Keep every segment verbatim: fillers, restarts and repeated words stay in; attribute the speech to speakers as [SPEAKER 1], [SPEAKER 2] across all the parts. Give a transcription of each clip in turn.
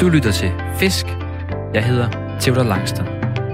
[SPEAKER 1] Du lytter til Fisk. Jeg hedder Theodor Langston.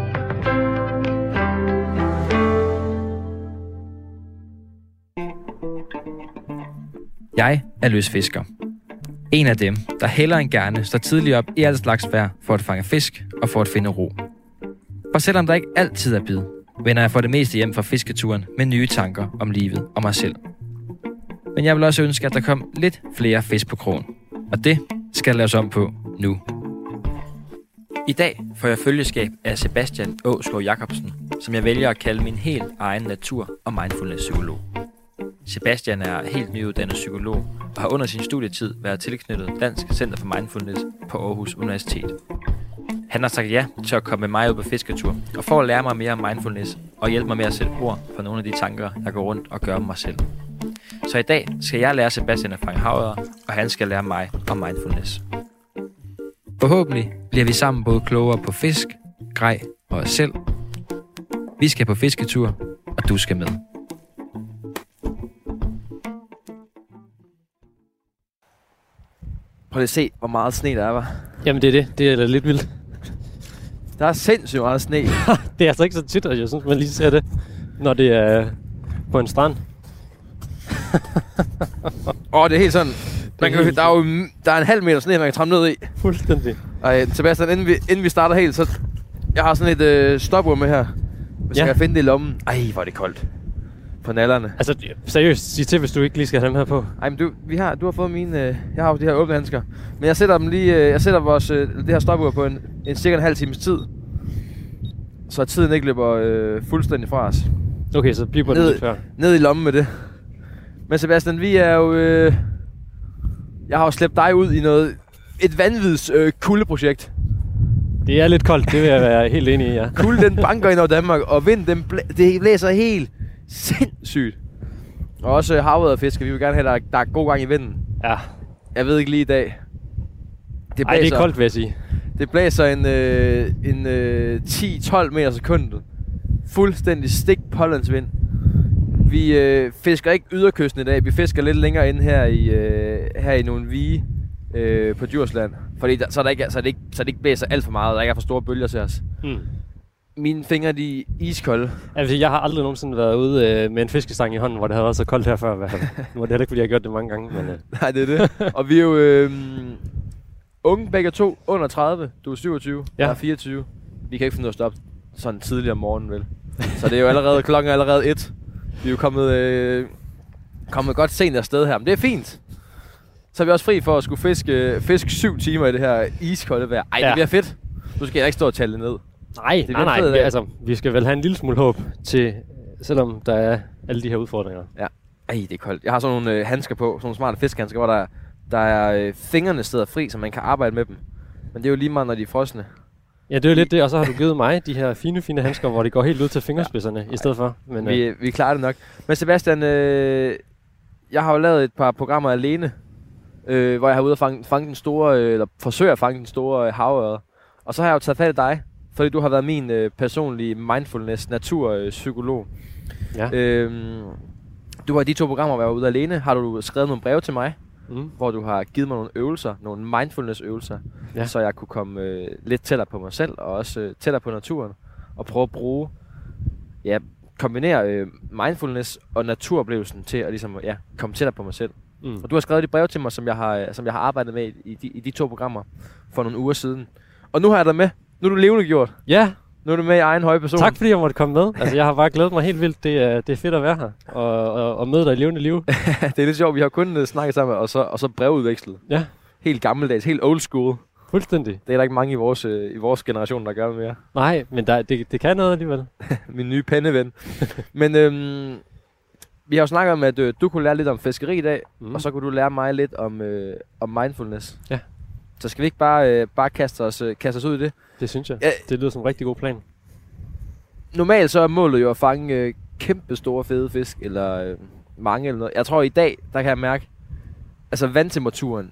[SPEAKER 1] Jeg er lystfisker. En af dem, der hellere end gerne står tidligt op i alt slags vejr for at fange fisk og for at finde ro. For selvom der ikke altid er bid, vender jeg for det meste hjem fra fisketuren med nye tanker om livet og mig selv. Men jeg vil også ønske, at der kom lidt flere fisk på krogen. Og det skal laves om på nu. I dag får jeg følgeskab af Sebastian Åskov Jacobsen, som jeg vælger at kalde min helt egen natur- og mindfulness-psykolog. Sebastian er helt nyuddannet psykolog og har under sin studietid været tilknyttet Dansk Center for Mindfulness på Aarhus Universitet. Han har sagt ja til at komme med mig ud på fisketur og for at lære mig mere om mindfulness og hjælpe mig med at sætte ord på nogle af de tanker, jeg går rundt og gør om mig selv. Så i dag skal jeg lære Sebastian at fange havørreder, og han skal lære mig om mindfulness. Forhåbentlig bliver vi sammen både klogere på fisk, grej og os selv. Vi skal på fisketur, og du skal med.
[SPEAKER 2] Prøv lige at se, hvor meget sne der er, var.
[SPEAKER 3] Jamen det er det. Det er da lidt vildt.
[SPEAKER 2] Der er sindssygt meget sne.
[SPEAKER 3] Det er altså ikke så tit, at jeg synes, man lige ser det, når det er på en strand.
[SPEAKER 2] Åh, oh, det er helt sådan. Man kan, der, er jo, der er en halv meter sne, man kan trampe ned i.
[SPEAKER 3] Fuldstændig.
[SPEAKER 2] Og Sebastian, inden vi, inden vi starter helt, så... Jeg har sådan et øh, stopur med her. Hvis ja. jeg kan finde det i lommen. Ej, hvor er det koldt. På nallerne.
[SPEAKER 3] Altså, seriøst, sig til, hvis du ikke lige skal have dem her på.
[SPEAKER 2] Ej, men du, vi har, du har fået mine... Øh, jeg har jo de her åbne handsker. Men jeg sætter dem lige... Øh, jeg sætter vores, øh, det her stopur på en, en cirka en halv times tid. Så tiden ikke løber øh, fuldstændig fra os.
[SPEAKER 3] Okay, så bliver det lidt før.
[SPEAKER 2] Ned i lommen med det. Men Sebastian, vi er jo... Øh, jeg har jo slæbt dig ud i noget... Et vanvittigt øh, kuldeprojekt.
[SPEAKER 3] Det er lidt koldt, det vil jeg være helt enig i, ja.
[SPEAKER 2] Kulde, den banker ind over Danmark, og vind, den blæ- det blæser helt sindssygt. Og også øh, havørredfiske, vi vil gerne have, at der, der er god gang i vinden.
[SPEAKER 3] Ja.
[SPEAKER 2] Jeg ved ikke lige i dag.
[SPEAKER 3] Det blæser, Ej, det er koldt, vil jeg sige.
[SPEAKER 2] Det blæser en, øh, en øh, ti til tolv meter sekundet. Fuldstændig stik pålandsvind. Vi øh, fisker ikke yderkysten i dag, vi fisker lidt længere ind her i, øh, her i nogle vige øh, på Djursland. Fordi der, så, der ikke, så, det ikke, så det ikke blæser alt for meget, og der ikke er for store bølger til os. Hmm. Mine fingre, de er iskolde.
[SPEAKER 3] Altså, jeg har aldrig nogensinde været ude øh, med en fiskestang i hånden, hvor det havde været så koldt her før. Nu er det heller ikke, fordi jeg har gjort det mange gange. Men, øh.
[SPEAKER 2] Nej, det er det. Og vi er jo øh, unge begge to, under tredive. Du er syvogtyve, ja. Jeg er fireogtyve. Vi kan ikke finde ud af at stoppe sådan tidligere om morgenen, vel? Så det er jo allerede, klokken er allerede et. Vi er jo kommet, øh, kommet godt sent afsted her, men det er fint. Så er vi også fri for at skulle fiske, fiske syv timer i det her iskolde vejr. Ej, ja. Det bliver fedt. Nu skal jeg ikke stå og tale det ned.
[SPEAKER 3] Nej, det nej, nej. Vi, altså, vi skal vel have en lille smule håb til, selvom der er alle de her udfordringer.
[SPEAKER 2] Ja. Ej, det er koldt. Jeg har sådan nogle øh, handsker på, sådan nogle smarte fiskhandsker, hvor der, der er øh, fingrene steder fri, så man kan arbejde med dem. Men det er jo lige meget, når de er frosne.
[SPEAKER 3] Ja, det er jo lidt det, og så har du givet mig de her fine, fine handsker, hvor de går helt ud til fingerspidserne ja. i stedet for. Men,
[SPEAKER 2] vi, øh. vi klarer det nok. Men Sebastian, øh, jeg har jo lavet et par programmer alene, øh, hvor jeg har ude at fange, fange den store, øh, eller forsøge at fange den store øh, havørred. Og så har jeg jo taget fat i dig, fordi du har været min øh, personlige mindfulness naturpsykolog. Ja. Øhm, du har i de to programmer været ude alene. Har du skrevet nogle breve til mig, mm. hvor du har givet mig nogle øvelser, nogle mindfulness øvelser, ja. Så jeg kunne komme øh, lidt tættere på mig selv og også øh, tættere på naturen og prøve at bruge, ja, kombinere øh, mindfulness og naturoplevelsen til at ligesom, ja, komme tættere på mig selv. Mm. Og du har skrevet de breve til mig, som jeg har, som jeg har arbejdet med i de, i de to programmer for nogle uger siden. Og nu har jeg dig med. Nu er du levende gjort.
[SPEAKER 3] Ja.
[SPEAKER 2] Nu er du med i egen høje person.
[SPEAKER 3] Tak fordi jeg måtte komme med. Altså, jeg har bare glædet mig helt vildt. Det er, det er fedt at være her og, og, og møde dig i levende liv.
[SPEAKER 2] Det er lidt sjovt. Vi har kun snakket sammen og så, og så brevudvekslet.
[SPEAKER 3] Ja.
[SPEAKER 2] Helt gammeldags. Helt old school.
[SPEAKER 3] Fuldstændig.
[SPEAKER 2] Det er der ikke mange i vores, øh, i vores generation, der gør mere.
[SPEAKER 3] Nej, men der, det, det kan noget alligevel.
[SPEAKER 2] Min nye penneven. Men øhm, vi har jo snakket om, at øh, du kunne lære lidt om fiskeri i dag. Mm. Og så kunne du lære mig lidt om, øh, om mindfulness. Ja. Så skal vi ikke bare, øh, bare kaste, os, øh, kaste os ud i det?
[SPEAKER 3] Det synes jeg. Ja. Det lyder som en rigtig god plan.
[SPEAKER 2] Normalt så er målet jo at fange øh, kæmpe store fede fisk, eller øh, mange eller noget. Jeg tror i dag, der kan jeg mærke, altså vandtemperaturen,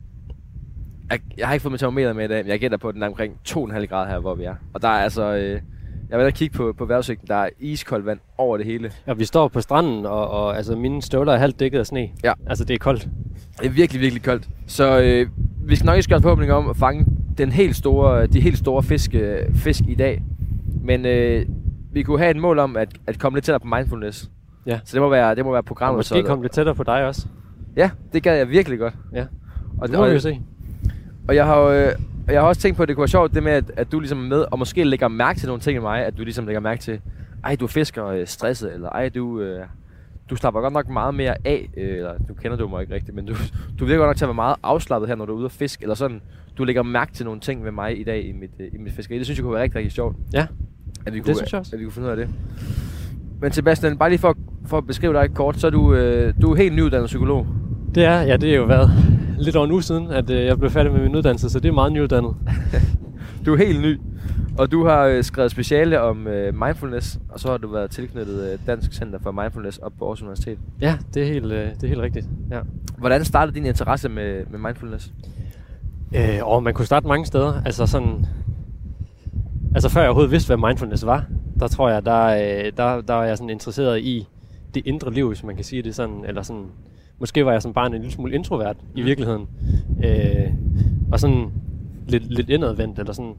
[SPEAKER 2] jeg, jeg har ikke fået mit termometer med i dag, men jeg gætter på, at den er omkring to komma fem grader her, hvor vi er. Og der er altså, øh, jeg vil da kigge på, på vejrudsigten, der er iskoldt vand over det hele.
[SPEAKER 3] Ja, vi står på stranden, og, og altså, mine støvler er halvt dækket af sne. Ja. Altså, det er koldt.
[SPEAKER 2] Det er virkelig, virkelig koldt. Så øh, vi skal nok ikke gøre forhåbninger om at fange den helt store, de helt store fisk, fisk i dag. Men øh, vi kunne have et mål om at, at komme lidt tættere på mindfulness.
[SPEAKER 3] Ja.
[SPEAKER 2] Så det må være, det må være programmet.
[SPEAKER 3] Og måske komme lidt tættere på dig også.
[SPEAKER 2] Ja, det gad jeg virkelig godt.
[SPEAKER 3] Ja,
[SPEAKER 2] og
[SPEAKER 3] det må vi jo se.
[SPEAKER 2] Og jeg har jo, øh, jeg har også tænkt på, at det kunne være sjovt, det med, at, at du ligesom er med, og måske lægger mærke til nogle ting i mig, at du ligesom lægger mærke til, ej, du fisker øh, stresset, eller ej, du, øh, du slapper godt nok meget mere af, øh, eller du kender du mig ikke rigtigt, men du, du virker godt nok til at være meget afslappet her, når du er ude at fiske, eller sådan, du lægger mærke til nogle ting ved mig i dag i mit, øh, i mit fiskeri. Det synes jeg kunne være rigtig, rigtig sjovt.
[SPEAKER 3] Ja,
[SPEAKER 2] at vi
[SPEAKER 3] det
[SPEAKER 2] kunne,
[SPEAKER 3] synes jeg også.
[SPEAKER 2] At vi kunne finde ud af det. Men Sebastian, bare lige for, for at beskrive dig kort, så er du, øh, du er helt nyuddannet psykolog.
[SPEAKER 3] Det er, ja, det er jo været lidt over en uge siden, at øh, jeg blev færdig med min uddannelse, så det er meget nyuddannet.
[SPEAKER 2] Du er helt ny, og du har øh, skrevet speciale om øh, mindfulness, og så har du været tilknyttet øh, Dansk Center for Mindfulness op på Aarhus Universitet.
[SPEAKER 3] Ja, det er helt, øh, det er helt rigtigt. Ja.
[SPEAKER 2] Hvordan startede din interesse med, med mindfulness?
[SPEAKER 3] Øh, og man kunne starte mange steder. Altså sådan, altså før jeg overhovedet vidste, hvad mindfulness var, der tror jeg, der, øh, der, der var jeg sådan interesseret i det indre liv, hvis man kan sige det sådan, eller sådan. Måske var jeg som barn en lille smule introvert i virkeligheden. Øh, og sådan lidt, lidt indadvendt, eller sådan.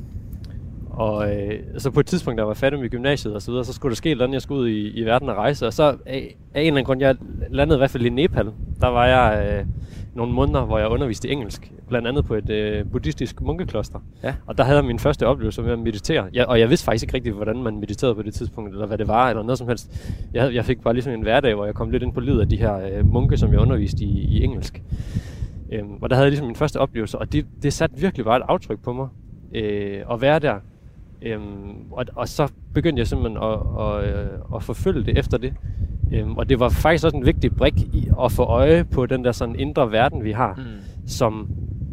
[SPEAKER 3] Og øh, så på et tidspunkt, der var færdig med gymnasiet og så videre, så skulle der ske et eller andet, jeg skulle ud i, i verden og rejse. Og så af, af en eller anden grund, jeg landede i hvert fald i Nepal. Der var jeg øh, nogle måneder, hvor jeg underviste i engelsk. Blandt andet på et øh, buddhistisk munkekloster. Ja. Og der havde jeg min første oplevelse med at meditere. Jeg, og jeg vidste faktisk ikke rigtigt, hvordan man mediterede på det tidspunkt, eller hvad det var, eller noget som helst. Jeg, jeg fik bare ligesom en hverdag, hvor jeg kom lidt ind på livet af de her øh, munke, som jeg underviste i, i engelsk. Øhm, og der havde jeg ligesom min første oplevelse, og det, det satte virkelig bare et aftryk på mig. Øh, at være der. Øhm, og, og så begyndte jeg simpelthen at, at, at, at forfølge det efter det. Øhm, og det var faktisk også en vigtig brik i at få øje på den der sådan indre verden, vi har, mm. som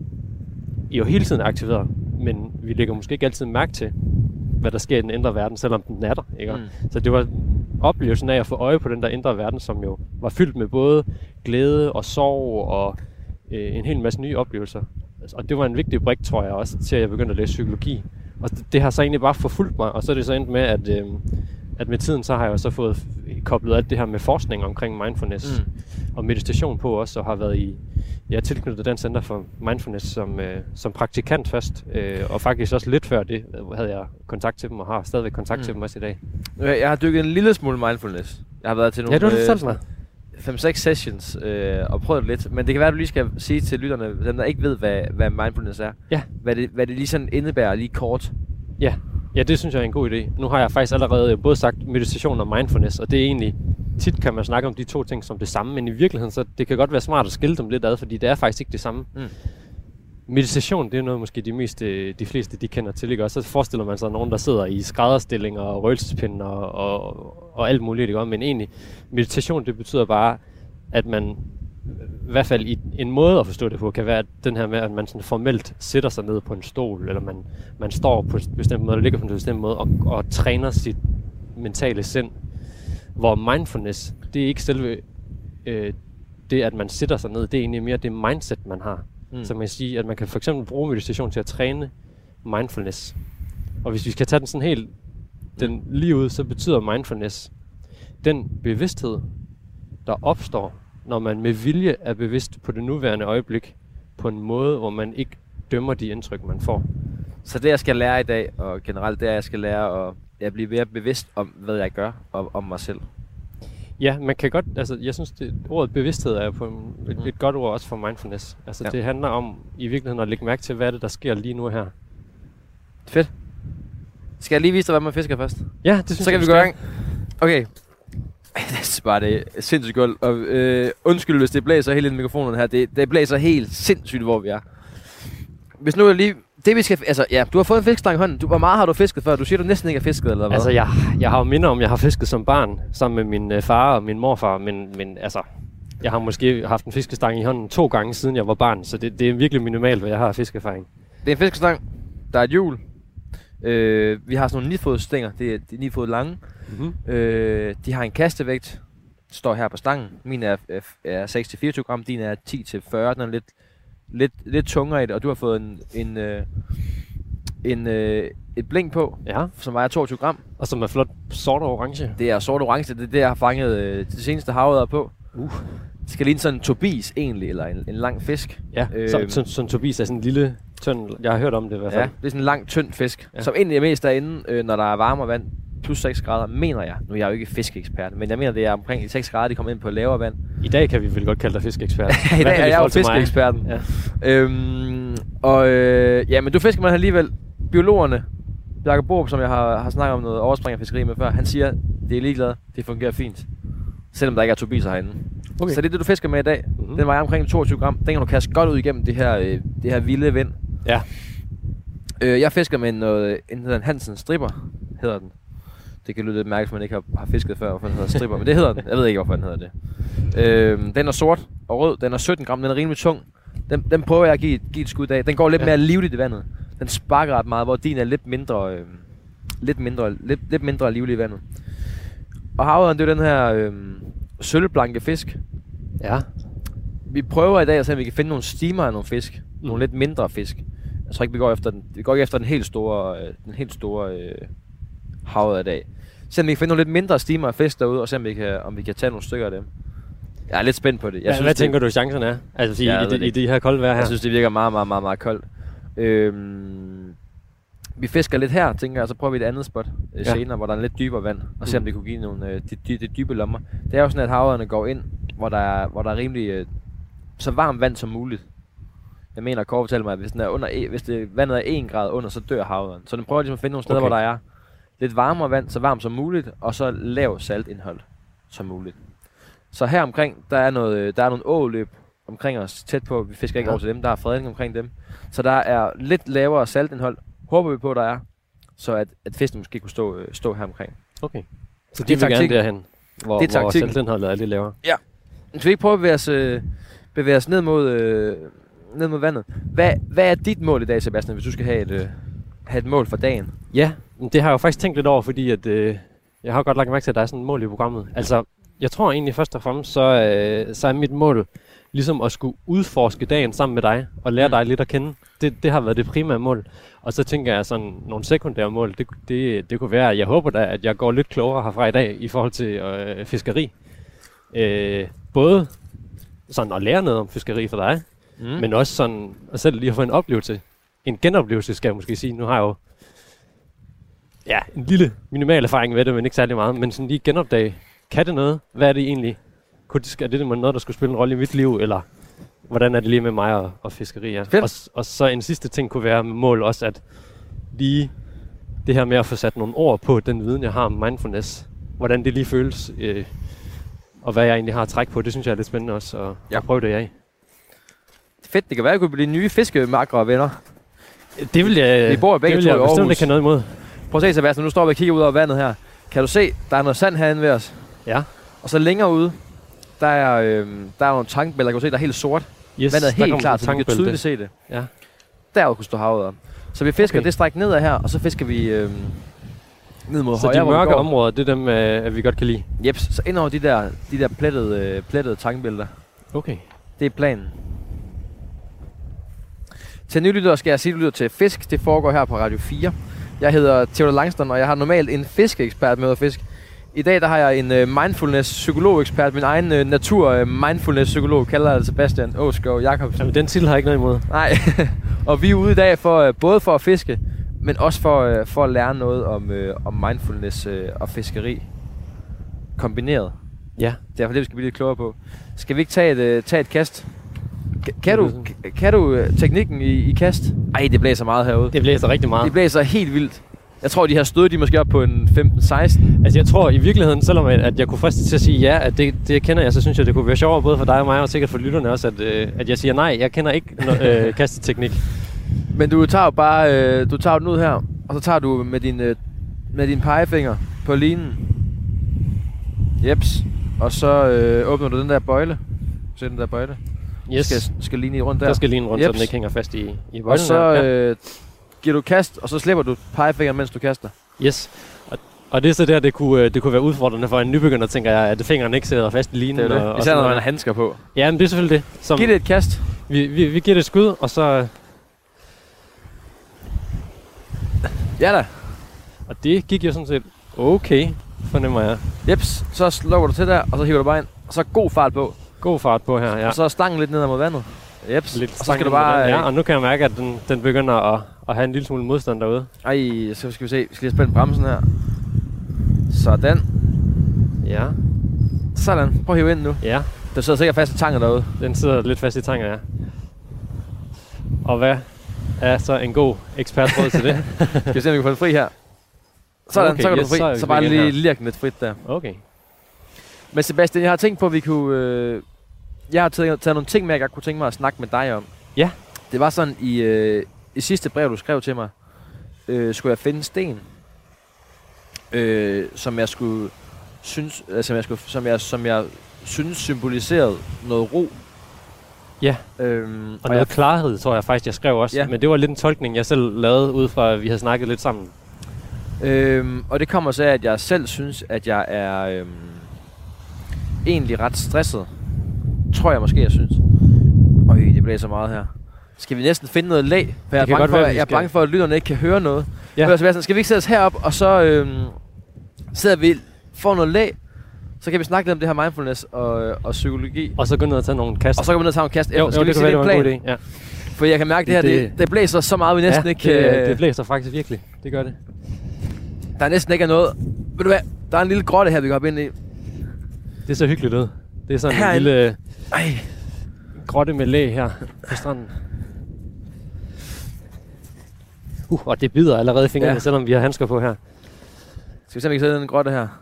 [SPEAKER 3] jo hele tiden er aktiveret, men vi lægger måske ikke altid mærke til, hvad der sker i den indre verden, selvom den er der. Ikke? Mm. Så det var oplevelsen af at få øje på den der indre verden, som jo var fyldt med både glæde og sorg og øh, en hel masse nye oplevelser. Og det var en vigtig brik, tror jeg også, til at jeg begyndte at læse psykologi. Og det, det har så egentlig bare forfulgt mig, og så er det så endt med, at, øh, at med tiden, så har jeg jo så fået koblet alt det her med forskning omkring mindfulness mm. og meditation på også, og har været i, jeg er tilknyttet Dansk Center for Mindfulness som, øh, som praktikant først, øh, og faktisk også lidt før det havde jeg kontakt til dem, og har stadigvæk kontakt mm. til dem også i dag.
[SPEAKER 2] Jeg har dykket en lille smule mindfulness. Jeg har været til nogle
[SPEAKER 3] ja, du har øh,
[SPEAKER 2] fem seks sessions øh, og prøvet lidt, men det kan være, at du lige skal sige til lytterne, dem der ikke ved, hvad, hvad mindfulness er,
[SPEAKER 3] ja.
[SPEAKER 2] hvad, det, hvad det lige sådan indebærer lige kort.
[SPEAKER 3] Ja. Ja, det synes jeg er en god idé. Nu har jeg faktisk allerede både sagt meditation og mindfulness, og det er egentlig, tit kan man snakke om de to ting som det samme, men i virkeligheden, så det kan godt være smart at skille dem lidt ad, fordi det er faktisk ikke det samme. Mm. Meditation, det er noget måske de, mest, de fleste de kender til, ikke? Og så forestiller man sig nogen, der sidder i skrædderstillinger og røgelsespinde og, og, og alt muligt, ikke? Men egentlig, meditation, det betyder bare, at man, i hvert fald i en måde at forstå det på, kan være den her med, at man sådan formelt sætter sig ned på en stol, eller man, man står på en bestemt måde, eller ligger på en bestemt måde, og, og træner sit mentale sind. Hvor mindfulness, det er ikke selve øh, det, at man sætter sig ned, det er egentlig mere det mindset, man har. Mm. Så man kan sige, at man kan for eksempel bruge meditation til at træne mindfulness. Og hvis vi skal tage den sådan helt den lige ud, så betyder mindfulness den bevidsthed, der opstår, når man med vilje er bevidst på det nuværende øjeblik, på en måde, hvor man ikke dømmer de indtryk, man får.
[SPEAKER 2] Så det, jeg skal lære i dag, og generelt det, jeg skal lære at jeg blive mere bevidst om, hvad jeg gør, og om mig selv.
[SPEAKER 3] Ja, man kan godt, altså jeg synes, det, ordet bevidsthed er på en, et, et godt ord også for mindfulness. Altså ja. Det handler om i virkeligheden at lægge mærke til, hvad er det, der sker lige nu her.
[SPEAKER 2] Fedt. Skal jeg lige vise dig, hvad man fisker først?
[SPEAKER 3] Ja, det synes
[SPEAKER 2] Så kan
[SPEAKER 3] jeg,
[SPEAKER 2] vi gå i gang. Okay. Det er bare det er sindssygt godt. Og øh, undskyld, hvis det blæser helt ind i mikrofonen her. Det, det blæser helt sindssygt, hvor vi er. Hvis nu er lige... Det vi skal... Altså, ja, du har fået en fiskestang i hånden. Du, hvor meget har du fisket før? Du siger, du næsten ikke har fisket, eller hvad?
[SPEAKER 3] Altså, jeg, jeg har jo minder om, jeg har fisket som barn, sammen med min øh, far og min morfar, men, men altså... Jeg har måske haft en fiskestang i hånden to gange, siden jeg var barn, så det, det er virkelig minimalt, hvad jeg har af fiskeerfaring.
[SPEAKER 2] Det er en fiskestang. Der er et hjul. Øh, vi har sådan nogle ni-fods-stænger. Det er de ni-fod lange. Mm-hmm. Øh, de har en kastevægt. Står her på stangen. Min er, er seks til fireogtyve gram. Din er ti til fyrre. Den er lidt, lidt, lidt tungere i det. Og du har fået en, en, øh, en, øh, et blink på,
[SPEAKER 3] ja.
[SPEAKER 2] Som vejer toogtyve gram.
[SPEAKER 3] Og som er flot sort og orange.
[SPEAKER 2] Det er sort og orange. Det er det, jeg har fanget øh, det seneste havøder på.
[SPEAKER 3] Uh.
[SPEAKER 2] Det skal ligne sådan en tobis egentlig, eller en, en lang fisk.
[SPEAKER 3] Ja, øhm, så, så, så en tobis er sådan en lille tynd. Jeg har hørt om det i hvert fald.
[SPEAKER 2] Ja, det er sådan en lang, tynd fisk,
[SPEAKER 3] Ja.
[SPEAKER 2] som egentlig er mest derinde, øh, når der er varmere vand, plus seks grader, mener jeg. Nu er jeg jo ikke fiskeekspert, men jeg mener, det er omkring seks grader, de kommer ind på lavere vand.
[SPEAKER 3] I dag kan vi vel godt kalde dig fiskeekspert.
[SPEAKER 2] I dag er jeg jo fiskeeksperten.
[SPEAKER 3] Ja.
[SPEAKER 2] Øhm, og øh, ja, men du fisker man alligevel. Biologerne, Jakob Borup, som jeg har, har snakket om noget overspringerfiskeri med før, han siger, det er ligeglad, det fungerer fint. Selvom der ikke er turbiser herinde.
[SPEAKER 3] Okay.
[SPEAKER 2] Så det er det, du fisker med i dag.
[SPEAKER 3] Mhm.
[SPEAKER 2] Den vejer omkring toogtyve gram. Den kan du kaste godt ud igennem det her, øh, det her vilde vind.
[SPEAKER 3] Ja.
[SPEAKER 2] Øh, jeg fisker med noget, en, hedder en Hansen Stripper, hedder den. Det kan lyde lidt mærkeligt, hvis man ikke har, har fisket før, hvorfor den hedder Stripper, men det hedder den. Jeg ved ikke, hvorfor den hedder det. Øh, den er sort og rød, den er sytten gram, den er rimelig tung. Den, den prøver jeg at give, give et skud af. Den går lidt
[SPEAKER 3] Ja.
[SPEAKER 2] mere livligt i vandet. Den sparker ret meget, hvor din er lidt mindre, øh, lidt mindre, lidt, lidt mindre livlig i vandet. Og havøren, det er den her øh, sølvblanke fisk.
[SPEAKER 3] Ja.
[SPEAKER 2] Vi prøver i dag at se, om vi kan finde nogle steamer af nogle fisk.
[SPEAKER 3] Mm.
[SPEAKER 2] Nogle lidt mindre fisk. Jeg tror ikke, vi går efter den. Vi går ikke efter den helt store, øh, den helt store øh, havet i dag. Se om vi kan finde nogle lidt mindre steamer af fisk derude, og se om vi kan, om vi kan tage nogle stykker af dem. Jeg er lidt spændt på det. Jeg
[SPEAKER 3] Jeg
[SPEAKER 2] synes,
[SPEAKER 3] hvad
[SPEAKER 2] det,
[SPEAKER 3] tænker du, chancen er? Altså i,
[SPEAKER 2] Ja, jeg
[SPEAKER 3] i,
[SPEAKER 2] ved
[SPEAKER 3] det,
[SPEAKER 2] det
[SPEAKER 3] i det her kolde vejr her?
[SPEAKER 2] Jeg synes, det virker meget, meget, meget, meget koldt. Øhm, vi fisker lidt her, tænker jeg, så prøver vi et andet spot øh,
[SPEAKER 3] Ja.
[SPEAKER 2] senere, hvor der er lidt dybere vand, og se om
[SPEAKER 3] Mm.
[SPEAKER 2] det kunne give nogle øh, de, de, de dybe lommer. Det er jo sådan, at havørerne går ind, hvor der er, hvor der er rimelig øh, så varmt vand som muligt. Jeg mener, Kåre fortalte mig, at hvis, den er under, e- hvis det, vandet er en grad under, så dør havøren. Så den prøver ligesom at finde nogle steder,
[SPEAKER 3] Okay.
[SPEAKER 2] hvor der er lidt varmere vand, så varmt som muligt, og så lav saltindhold som muligt. Så her omkring, der er, noget, øh, der er nogle åløb omkring os, tæt på. Vi fisker ikke
[SPEAKER 3] Ja.
[SPEAKER 2] over til dem, der er fredning omkring dem. Så der er lidt lavere saltindhold, håber vi på, der er, så at, at fisken måske kunne stå, øh, stå her omkring.
[SPEAKER 3] Okay. Så
[SPEAKER 2] Det
[SPEAKER 3] de
[SPEAKER 2] er
[SPEAKER 3] vil gerne
[SPEAKER 2] taktik.
[SPEAKER 3] derhen, hvor,
[SPEAKER 2] Det er
[SPEAKER 3] hvor
[SPEAKER 2] taktikken.
[SPEAKER 3] saltindholdet er lidt lavere.
[SPEAKER 2] Skal vi ikke prøve at bevæge os, øh, bevæge os ned, mod, øh, ned mod vandet? Hvad, hvad er dit mål i dag, Sebastian, hvis du skal have et, øh, have et mål for dagen?
[SPEAKER 3] Ja, men det har jeg jo faktisk tænkt lidt over, fordi at, øh, jeg har godt lagt mærke til, at der er sådan et mål i programmet. Altså, jeg tror egentlig først og fremmest, så, øh, så er mit mål ligesom at skulle udforske dagen sammen med dig, og lære
[SPEAKER 2] Mm.
[SPEAKER 3] dig lidt at kende. Det, det har været det primære mål. Og så tænker jeg sådan nogle sekundære mål, det, det, det kunne være, at jeg håber da, at jeg går lidt klogere herfra i dag i forhold til øh, fiskeri. Øh, både sådan at lære noget om fiskeri for dig,
[SPEAKER 2] Mm.
[SPEAKER 3] men også sådan at selv lige at få en oplevelse. En genoplevelse, skal jeg måske sige. Nu har jeg jo ja, en lille minimal erfaring med det, men ikke særlig meget. Men sådan lige genopdage, kan det noget? Hvad er det egentlig? Kunne det, er det noget, der skulle spille en rolle i mit liv? Eller hvordan er det lige med mig og, og fiskeri? Ja?
[SPEAKER 2] Fedt.
[SPEAKER 3] Og, s- og så en sidste ting kunne være med mål også, at lige det her med at få sat nogle ord på den viden, jeg har om mindfulness. Hvordan det lige føles, øh, og hvad jeg egentlig har at trække på. Det synes jeg er lidt spændende også at,
[SPEAKER 2] Ja.
[SPEAKER 3] at prøve det af.
[SPEAKER 2] Fedt, det kan være, at jeg kunne blive nye fiskemakre og venner.
[SPEAKER 3] Det vil jeg,
[SPEAKER 2] Vi bor begge
[SPEAKER 3] det vil
[SPEAKER 2] to
[SPEAKER 3] jeg
[SPEAKER 2] i
[SPEAKER 3] bestemt
[SPEAKER 2] Aarhus.
[SPEAKER 3] ikke have noget imod.
[SPEAKER 2] Prøv at se, Sebastian, nu står vi og kigger ud over vandet her. Kan du se, der er noget sand herinde ved os?
[SPEAKER 3] Ja.
[SPEAKER 2] Og så længere ude, der er, øh, der er nogle tankbælter. Kan du se, der er helt sort.
[SPEAKER 3] Yes,
[SPEAKER 2] Vandet er
[SPEAKER 3] der
[SPEAKER 2] helt
[SPEAKER 3] kommer
[SPEAKER 2] klart, så du kan
[SPEAKER 3] tankbælte.
[SPEAKER 2] tydeligt se det.
[SPEAKER 3] Ja.
[SPEAKER 2] Der kunne stå havet op. Så vi fisker
[SPEAKER 3] Okay.
[SPEAKER 2] det stræk nedad her, og så fisker vi øh, ned mod
[SPEAKER 3] Så
[SPEAKER 2] højre,
[SPEAKER 3] de
[SPEAKER 2] hvor vi
[SPEAKER 3] mørke
[SPEAKER 2] går.
[SPEAKER 3] områder, det er dem, øh, at vi godt kan lide.
[SPEAKER 2] Jeps, så ind over de der, de der plettede, øh, plettede tankbælter.
[SPEAKER 3] Okay.
[SPEAKER 2] Det er planen. Til nylyttere skal jeg sige, at du lytter til Fisk. Det foregår her på Radio fire. Jeg hedder Theodor Langstrøm, og jeg har normalt en fiskeekspert med at fisk. I dag der har jeg en uh, mindfulness-psykolog-ekspert. Min egen uh, natur-mindfulness-psykolog, kalder jeg Sebastian Åsgaard Jacobsen.
[SPEAKER 3] Jamen, den titel har jeg ikke noget imod.
[SPEAKER 2] Nej, og vi er ude i dag for uh, både for at fiske, men også for, uh, for at lære noget om, uh, om mindfulness uh, og fiskeri kombineret.
[SPEAKER 3] Ja.
[SPEAKER 2] Derfor det, vi skal blive lidt klogere på. Skal vi ikke tage et, uh, tage et kast? K- kan du, k- kan du uh, teknikken i, i kast? Ej, det blæser meget herude.
[SPEAKER 3] Det blæser rigtig meget.
[SPEAKER 2] Det blæser helt vildt. Jeg tror, de her stød, de er måske op på en femten seksten.
[SPEAKER 3] Altså, jeg tror i virkeligheden, selvom at at jeg kunne friste til at sige ja, at det, det kender jeg, så synes jeg, det kunne være sjovere både for dig og mig, og sikkert for lytterne også, at, øh, at jeg siger nej, jeg kender ikke no- øh, kasteteknik.
[SPEAKER 2] Men du tager jo bare, øh, du tager den ud her, og så tager du med din, øh, med din pegefinger på linen. Jeps. Og så øh, åbner du den der bøjle. Se den der bøjle.
[SPEAKER 3] Yes,
[SPEAKER 2] Skal, skal linen rundt der.
[SPEAKER 3] der skal lige en rundt, så
[SPEAKER 2] Jeps.
[SPEAKER 3] den ikke hænger fast i, i bøjlen.
[SPEAKER 2] Og så
[SPEAKER 3] her. Ja.
[SPEAKER 2] øh, giver du kast, og så slipper du pegefingeren, mens du kaster.
[SPEAKER 3] Yes. Og, og det er så der, det kunne, øh, det kunne være udfordrende for en nybegynder, tænker jeg, at fingrene ikke sidder fast i linen.
[SPEAKER 2] Det er
[SPEAKER 3] Og,
[SPEAKER 2] det.
[SPEAKER 3] og
[SPEAKER 2] Især
[SPEAKER 3] sådan
[SPEAKER 2] når man
[SPEAKER 3] noget.
[SPEAKER 2] har handsker på.
[SPEAKER 3] Ja, men det er selvfølgelig det. Som
[SPEAKER 2] Giv det et kast.
[SPEAKER 3] vi, vi, vi giver det et skud, og så...
[SPEAKER 2] Ja da.
[SPEAKER 3] Og det gik jo sådan set okay, fornemmer jeg.
[SPEAKER 2] Jeps. Så slukker du til der, og så hiver du bare ind. Og så god fart på.
[SPEAKER 3] God fart på her, ja.
[SPEAKER 2] Ja. Og så er stangen lidt ned mod vandet. Jeps.
[SPEAKER 3] Lidt
[SPEAKER 2] og så skal du bare...
[SPEAKER 3] Ja, og nu kan jeg mærke, at den, den begynder at, at have en lille smule modstand derude.
[SPEAKER 2] Ej, så skal vi se. Vi skal lige spænde bremsen her. Sådan.
[SPEAKER 3] Ja.
[SPEAKER 2] Sådan. Prøv at hive ind nu.
[SPEAKER 3] Ja.
[SPEAKER 2] Der sidder sikkert fast i tangen derude.
[SPEAKER 3] Den sidder lidt fast i tangen, ja. Og hvad er så en god ekspertråd til det?
[SPEAKER 2] Skal vi se, om vi kan få den fri her. Sådan,
[SPEAKER 3] Okay,
[SPEAKER 2] så kan
[SPEAKER 3] yes,
[SPEAKER 2] du fri.
[SPEAKER 3] så
[SPEAKER 2] Så,
[SPEAKER 3] er vi
[SPEAKER 2] bare
[SPEAKER 3] igen
[SPEAKER 2] lige
[SPEAKER 3] her.
[SPEAKER 2] lirke den lidt frit der.
[SPEAKER 3] Okay.
[SPEAKER 2] Men Sebastian, jeg har tænkt på, at vi kunne... Øh, jeg har taget, taget nogle ting med, jeg godt kunne tænke mig at snakke med dig om.
[SPEAKER 3] Ja.
[SPEAKER 2] Det var sådan i, øh, i sidste brev, du skrev til mig, øh, skulle jeg finde en sten, øh, som jeg skulle synes, øh, som jeg skulle, som jeg, som jeg synes symboliserede noget ro.
[SPEAKER 3] Ja.
[SPEAKER 2] Øhm,
[SPEAKER 3] Og,
[SPEAKER 2] og
[SPEAKER 3] noget
[SPEAKER 2] jeg,
[SPEAKER 3] klarhed, tror jeg faktisk, jeg skrev også.
[SPEAKER 2] Ja.
[SPEAKER 3] Men det var lidt en tolkning, jeg selv lavede, ud fra, at vi havde snakket lidt sammen.
[SPEAKER 2] øhm, og det kommer så af, at jeg selv synes, at jeg er øhm, egentlig ret stresset. Tror jeg måske, jeg synes. Øj, det blæser meget her. Skal vi næsten finde noget lag? For jeg er,
[SPEAKER 3] kan
[SPEAKER 2] bange
[SPEAKER 3] godt
[SPEAKER 2] for,
[SPEAKER 3] være,
[SPEAKER 2] jeg
[SPEAKER 3] vi
[SPEAKER 2] er
[SPEAKER 3] skal.
[SPEAKER 2] bange for, at lytterne ikke kan høre noget.
[SPEAKER 3] Ja.
[SPEAKER 2] Ja. Sebastian, skal vi ikke sætte os herop, og så øhm, sidder vi, får noget lag, så kan vi snakke lidt om det her mindfulness og, og psykologi.
[SPEAKER 3] Og så gå ned og tage nogle kast.
[SPEAKER 2] Og så kan vi ned og tage en kast efter.
[SPEAKER 3] jo,
[SPEAKER 2] Skal
[SPEAKER 3] jo,
[SPEAKER 2] vi
[SPEAKER 3] det
[SPEAKER 2] ikke
[SPEAKER 3] kunne
[SPEAKER 2] se
[SPEAKER 3] være,
[SPEAKER 2] det
[SPEAKER 3] det
[SPEAKER 2] en
[SPEAKER 3] var en
[SPEAKER 2] plan?
[SPEAKER 3] god idé. Ja.
[SPEAKER 2] For jeg kan mærke, det her, det,
[SPEAKER 3] Det-
[SPEAKER 2] det blæser så meget, vi næsten
[SPEAKER 3] ja,
[SPEAKER 2] ikke...
[SPEAKER 3] det,
[SPEAKER 2] øh,
[SPEAKER 3] det blæser faktisk virkelig. Det gør det.
[SPEAKER 2] Der er næsten ikke er noget... Ved du hvad? Der er en lille grotte her, vi kan hoppe ind i.
[SPEAKER 3] Det ser hyggeligt ud. Det er sådan
[SPEAKER 2] Herinde.
[SPEAKER 3] en lille
[SPEAKER 2] Ej.
[SPEAKER 3] grotte med læ her på stranden. Uh, og det bider allerede i fingrene,
[SPEAKER 2] Ja.
[SPEAKER 3] ja. selvom vi har handsker på her.
[SPEAKER 2] Skal vi se, om vi kan sidde i den grotte her?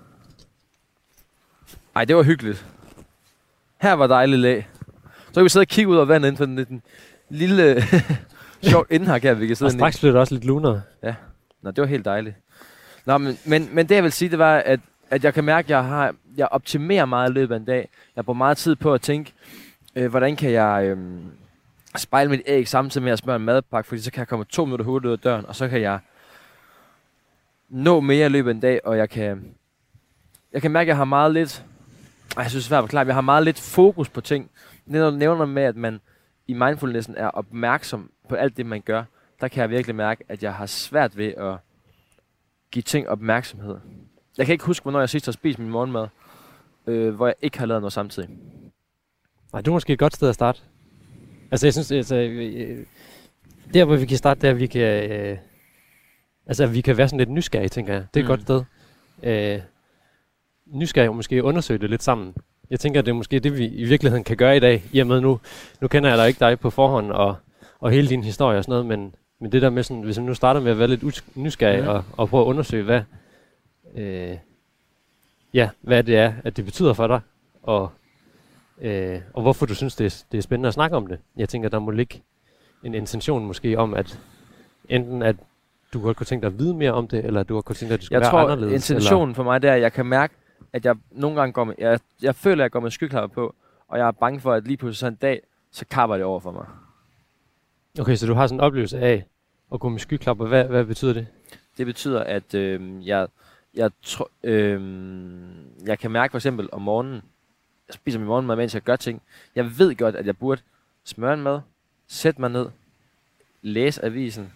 [SPEAKER 2] Ej, det var hyggeligt. Her var dejligt lag. Så kan vi sidde og kigge ud over vandet inden for den, den lille sjovt indhak her, vi kan sidde
[SPEAKER 3] Og
[SPEAKER 2] inde i.
[SPEAKER 3] straks bliver det også lidt lunere.
[SPEAKER 2] Nå, det var helt dejligt. Nå, men, men, men det jeg vil sige, det var, at, at jeg kan mærke, at jeg, har, jeg optimerer meget i løbet af en dag. Jeg bruger meget tid på at tænke, øh, hvordan kan jeg øh, spejle mit æg samtidig med at smøre en madpakke, fordi så kan jeg komme to minutter hurtigt ud af døren, og så kan jeg nå mere i løbet af en dag, og jeg kan, jeg kan mærke, at jeg har meget lidt, ej, jeg synes det er svært at forklare, men jeg har meget lidt fokus på ting. Når du nævner med, at man i mindfulnessen er opmærksom på alt det, man gør, der kan jeg virkelig mærke, at jeg har svært ved at give ting opmærksomhed. Jeg kan ikke huske, hvornår jeg sidst har spist min morgenmad, øh, hvor jeg ikke har lavet noget samtidig.
[SPEAKER 3] Nej, det er måske et godt sted at starte. Altså, jeg synes, altså, øh, der hvor vi kan starte, der vi kan, øh, altså, vi kan være sådan lidt nysgerrige, tænker jeg. Det er et
[SPEAKER 2] Mm.
[SPEAKER 3] godt sted. Øh, nysgerrige og måske undersøge det lidt sammen. Jeg tænker, at det er måske det, vi i virkeligheden kan gøre i dag. I og med nu, nu kender jeg da ikke dig på forhånd, og, og hele din historie og sådan noget, men, men det der med sådan, hvis man nu starter med at være lidt us- nysgerrig
[SPEAKER 2] Ja.
[SPEAKER 3] og, og prøve at undersøge, hvad, øh, ja, hvad det er, at det betyder for dig, og Øh, og hvorfor du synes, det er, det er spændende at snakke om det. Jeg tænker, der må ligge en intention måske om, at enten at du godt kunne tænke dig at vide mere om det, eller at du godt kunne tænke dig, at det skulle
[SPEAKER 2] Jeg
[SPEAKER 3] være
[SPEAKER 2] tror,
[SPEAKER 3] anderledes.
[SPEAKER 2] intentionen for mig, det er, at jeg kan mærke, at jeg nogle gange går med, jeg, jeg føler, at jeg går med skyklapper på, og jeg er bange for, at lige pludselig sådan en dag, så kapper det over for mig.
[SPEAKER 3] Eller, okay, så du har sådan en oplevelse af at gå med skyklapper. Hvad, hvad betyder det?
[SPEAKER 2] Det betyder, at øh, jeg, jeg, tro, øh, jeg kan mærke for eksempel om morgenen, jeg spiser min morgenmad, mens jeg gør ting. Jeg ved godt, at jeg burde smøre en mad, sætte mig ned, læse avisen.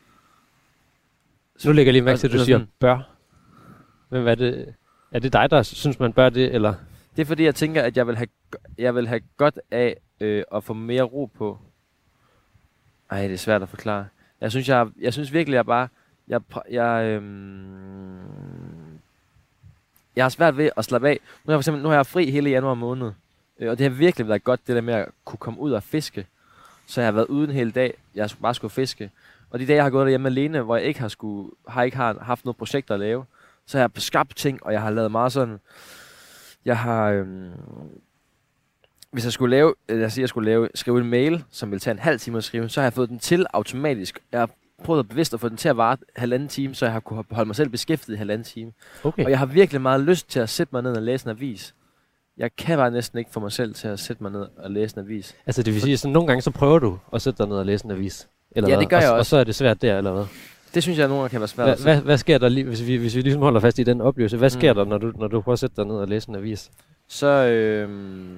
[SPEAKER 3] Nu lægger jeg lige mærke til, at du
[SPEAKER 2] Eller
[SPEAKER 3] siger
[SPEAKER 2] sådan-
[SPEAKER 3] bør. Hvem er det? Er det dig, der synes, man bør det, eller?
[SPEAKER 2] Det er fordi, jeg tænker, at jeg vil have, jeg vil have godt af øh, at få mere ro på. Ej, det er svært at forklare. Jeg synes, jeg, jeg synes virkelig, jeg bare... Jeg, pr- jeg, øhm, jeg har svært ved at slappe af. Nu har jeg for eksempel, nu har jeg fri hele januar måned. Øh, og det har virkelig været godt, det der med at kunne komme ud og fiske. Så jeg har været ude en hel dag. Jeg skulle bare skulle fiske. Og de dage, jeg har gået derhjemme alene, hvor jeg ikke har, skulle, har ikke har haft noget projekt at lave, så har jeg skabt ting, og jeg har lavet meget sådan... Jeg har... Øhm, hvis jeg skulle lave, lad os sige, jeg skulle lave, skrive en mail, som ville tage en halv time at skrive, så har jeg fået den til automatisk. Jeg har prøvet at bevidst at få den til at vare halvanden time, så jeg har kunne holde mig selv beskæftiget i halvanden time.
[SPEAKER 3] Okay.
[SPEAKER 2] Og jeg har virkelig meget lyst til at sætte mig ned og læse en avis. Jeg kan bare næsten ikke få mig selv til at sætte mig ned og læse en avis.
[SPEAKER 3] Altså det vil sige, at nogle gange så prøver du at sætte dig ned og læse en avis. Eller
[SPEAKER 2] Ja,
[SPEAKER 3] hvad?
[SPEAKER 2] det gør
[SPEAKER 3] og,
[SPEAKER 2] jeg
[SPEAKER 3] Og
[SPEAKER 2] også.
[SPEAKER 3] så er det svært der, eller hvad?
[SPEAKER 2] Det synes jeg, at nogle gange kan være svært.
[SPEAKER 3] Hva,
[SPEAKER 2] at se.
[SPEAKER 3] hvad, hvad sker der lige, hvis vi, hvis vi ligesom holder fast i den oplevelse? Hvad sker
[SPEAKER 2] Mm.
[SPEAKER 3] der, når du, når du prøver at sætte dig ned og læse en avis?
[SPEAKER 2] Så øh,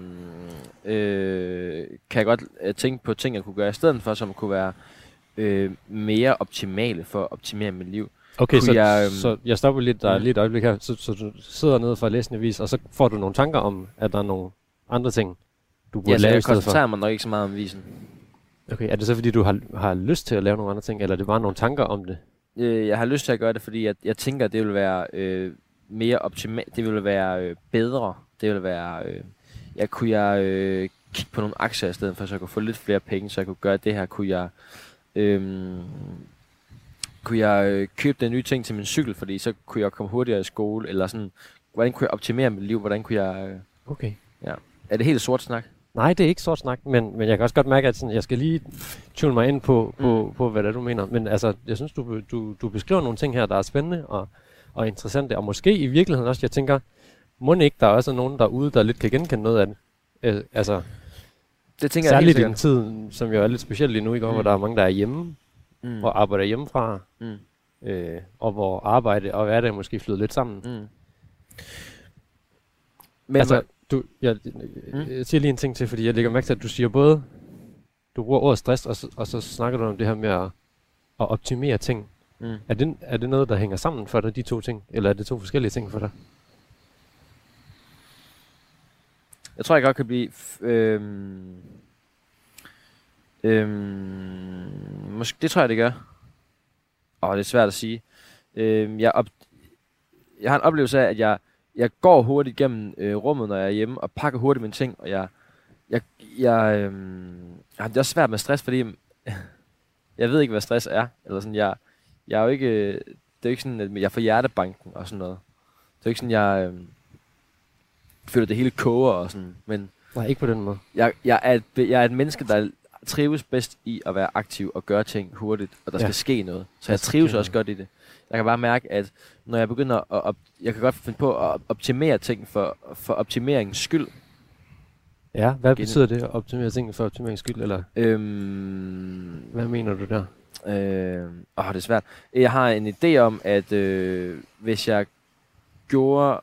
[SPEAKER 2] øh, kan jeg godt øh, tænke på ting, jeg kunne gøre i stedet for, som kunne være øh, mere optimale for at optimere mit liv.
[SPEAKER 3] Okay,
[SPEAKER 2] Kunne
[SPEAKER 3] så
[SPEAKER 2] jeg,
[SPEAKER 3] jeg,
[SPEAKER 2] øhm,
[SPEAKER 3] så jeg stopper lidt, der
[SPEAKER 2] mm.
[SPEAKER 3] lige et øjeblik her. Så, så du sidder nede for at læse en avis, og så får du nogle tanker om, at der er nogle andre ting, du burde
[SPEAKER 2] Ja, så
[SPEAKER 3] lave i
[SPEAKER 2] jeg
[SPEAKER 3] stedet for.
[SPEAKER 2] koncentrerer mig nok ikke så meget om avisen.
[SPEAKER 3] Okay, er det så fordi, du har, har lyst til at lave nogle andre ting, eller er det bare nogle tanker om det?
[SPEAKER 2] Øh, jeg har lyst til at gøre det, fordi jeg, jeg tænker, at det vil være øh, mere optimalt, det vil være øh, bedre, det vil være, øh, jeg kunne jeg øh, kigge på nogle aktier i stedet for, så jeg kunne få lidt flere penge, så jeg kunne gøre det her, kunne jeg, øh, kunne jeg øh, købe den nye ting til min cykel, fordi så kunne jeg komme hurtigere i skole, eller sådan, hvordan kunne jeg optimere mit liv, hvordan kunne jeg, øh,
[SPEAKER 3] Okay.
[SPEAKER 2] ja, er det helt sort snak?
[SPEAKER 3] Nej, det er ikke sort snak, men, men jeg kan også godt mærke, at sådan, jeg skal lige tune mig ind på, på, mm. på hvad det er, du mener. Men altså, jeg synes, du, du, du beskriver nogle ting her, der er spændende og, og interessante. Og måske i virkeligheden også, jeg tænker, må ikke der også er nogen derude, der lidt kan genkende noget af det? Øh, altså,
[SPEAKER 2] det tænker
[SPEAKER 3] særligt
[SPEAKER 2] jeg
[SPEAKER 3] i en tid, som jo er lidt speciel lige nu, ikke? Mm. Hvor der er mange, der er hjemme mm. og arbejder hjemmefra. Mm. Øh, og hvor arbejde og hverdag måske flyder lidt sammen. Mm. Men altså, du, jeg, mm. jeg siger lige en ting til, fordi jeg lægger mærke til, at du siger både, du bruger ordet stress, og så, og så snakker du om det her med at, at optimere ting. Mm. Er, det, er det noget, der hænger sammen for dig, de to ting? Eller er det to forskellige ting for dig?
[SPEAKER 2] Jeg tror, jeg godt kan blive... Øhm, øhm, måske, det tror jeg, det gør. Åh, det er svært at sige. Øhm, jeg, op, jeg har en oplevelse af, at jeg, jeg går hurtigt gennem øh, rummet, når jeg er hjemme, og pakker hurtigt mine ting, og jeg... jeg, jeg øhm, jeg har det også svært med stress, fordi jeg ved ikke, hvad stress er. Eller sådan, jeg, jeg er jo ikke... Det er jo ikke sådan, at jeg får hjertebanken og sådan noget. Det er jo ikke sådan, jeg... Øhm, føler det hele koger og sådan, men...
[SPEAKER 3] Nej, ikke på den måde.
[SPEAKER 2] Jeg, jeg, er et, jeg er et menneske, der trives bedst i at være aktiv og gøre ting hurtigt, og der ja. skal ske noget. Så jeg trives også godt i det. Jeg kan bare mærke, at når jeg begynder at... Op, jeg kan godt finde på at optimere ting for, for optimeringens skyld.
[SPEAKER 3] Ja, hvad betyder det at optimere ting for optimeringens skyld, eller?
[SPEAKER 2] Øhm,
[SPEAKER 3] hvad mener du der?
[SPEAKER 2] Øh, åh, det er svært. Jeg har en idé om, at øh, hvis jeg gjorde...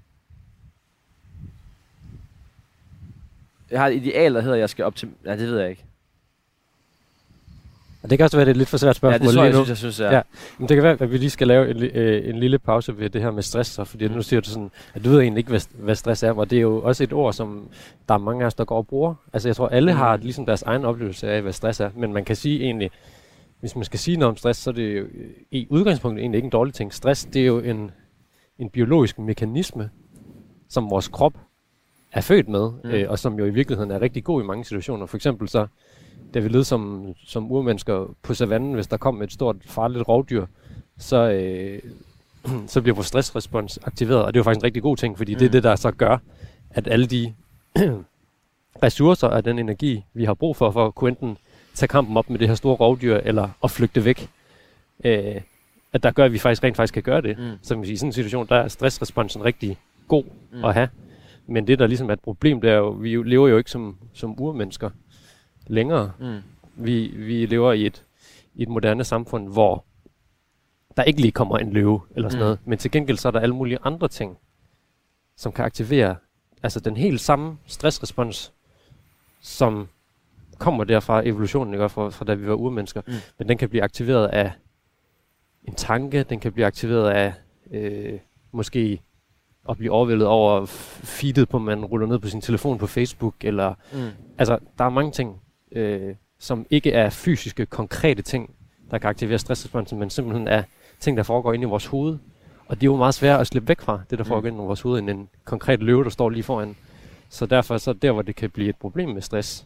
[SPEAKER 2] Jeg har et ideal, der hedder, at jeg skal optimere... Nej, det ved jeg ikke.
[SPEAKER 3] Og det kan også være, det er et lidt for svært spørgsmål.
[SPEAKER 2] Ja, det tror jeg, synes, jeg synes, jeg
[SPEAKER 3] ja. Men det kan være, at vi lige skal lave en, øh, en lille pause ved det her med stress, så, fordi mm. nu siger du sådan, at du ved egentlig ikke, hvad, hvad stress er, og det er jo også et ord, som der er mange af os, der går og bruger. Altså jeg tror, alle mm. har ligesom deres egen oplevelse af, hvad stress er, men man kan sige egentlig, hvis man skal sige noget om stress, så er det jo i udgangspunktet egentlig ikke en dårlig ting. Stress, det er jo en, en biologisk mekanisme, som vores krop er født med, mm. øh, og som jo i virkeligheden er rigtig god i mange situationer. For eksempel så, da vi levede som, som urmennesker på savannen, hvis der kom et stort farligt rovdyr, så, øh, så bliver vores stressrespons aktiveret, og det er jo faktisk en rigtig god ting, fordi mm. det er det, der så gør, at alle de ressourcer og den energi, vi har brug for, for at kunne enten tage kampen op med det her store rovdyr, eller at flygte væk, øh, at der gør, at vi faktisk rent faktisk kan gøre det. Mm. Så man siger, i sådan en situation, der er stressresponsen rigtig god mm. at have. Men det, der ligesom er et problem, det er jo, vi lever jo ikke som, som urmennesker længere. Mm. Vi, vi lever i et, i et moderne samfund, hvor der ikke lige kommer en løve eller sådan mm. noget. Men til gengæld så er der alle mulige andre ting, som kan aktivere altså den helt samme stressrespons, som kommer derfra evolutionen, ikke? Fra, fra da vi var urmennesker. Mm. Men den kan blive aktiveret af en tanke, den kan blive aktiveret af øh, måske at blive overvældet over feedet på, man ruller ned på sin telefon på Facebook, eller mm. altså, der er mange ting, øh, som ikke er fysiske, konkrete ting, der kan aktivere stressresponsen, men simpelthen er ting, der foregår inde i vores hoved. Og det er jo meget svært at slippe væk fra, det der foregår mm. inde i vores hoved, end en konkret løve, der står lige foran. Så derfor så der, hvor det kan blive et problem med stress,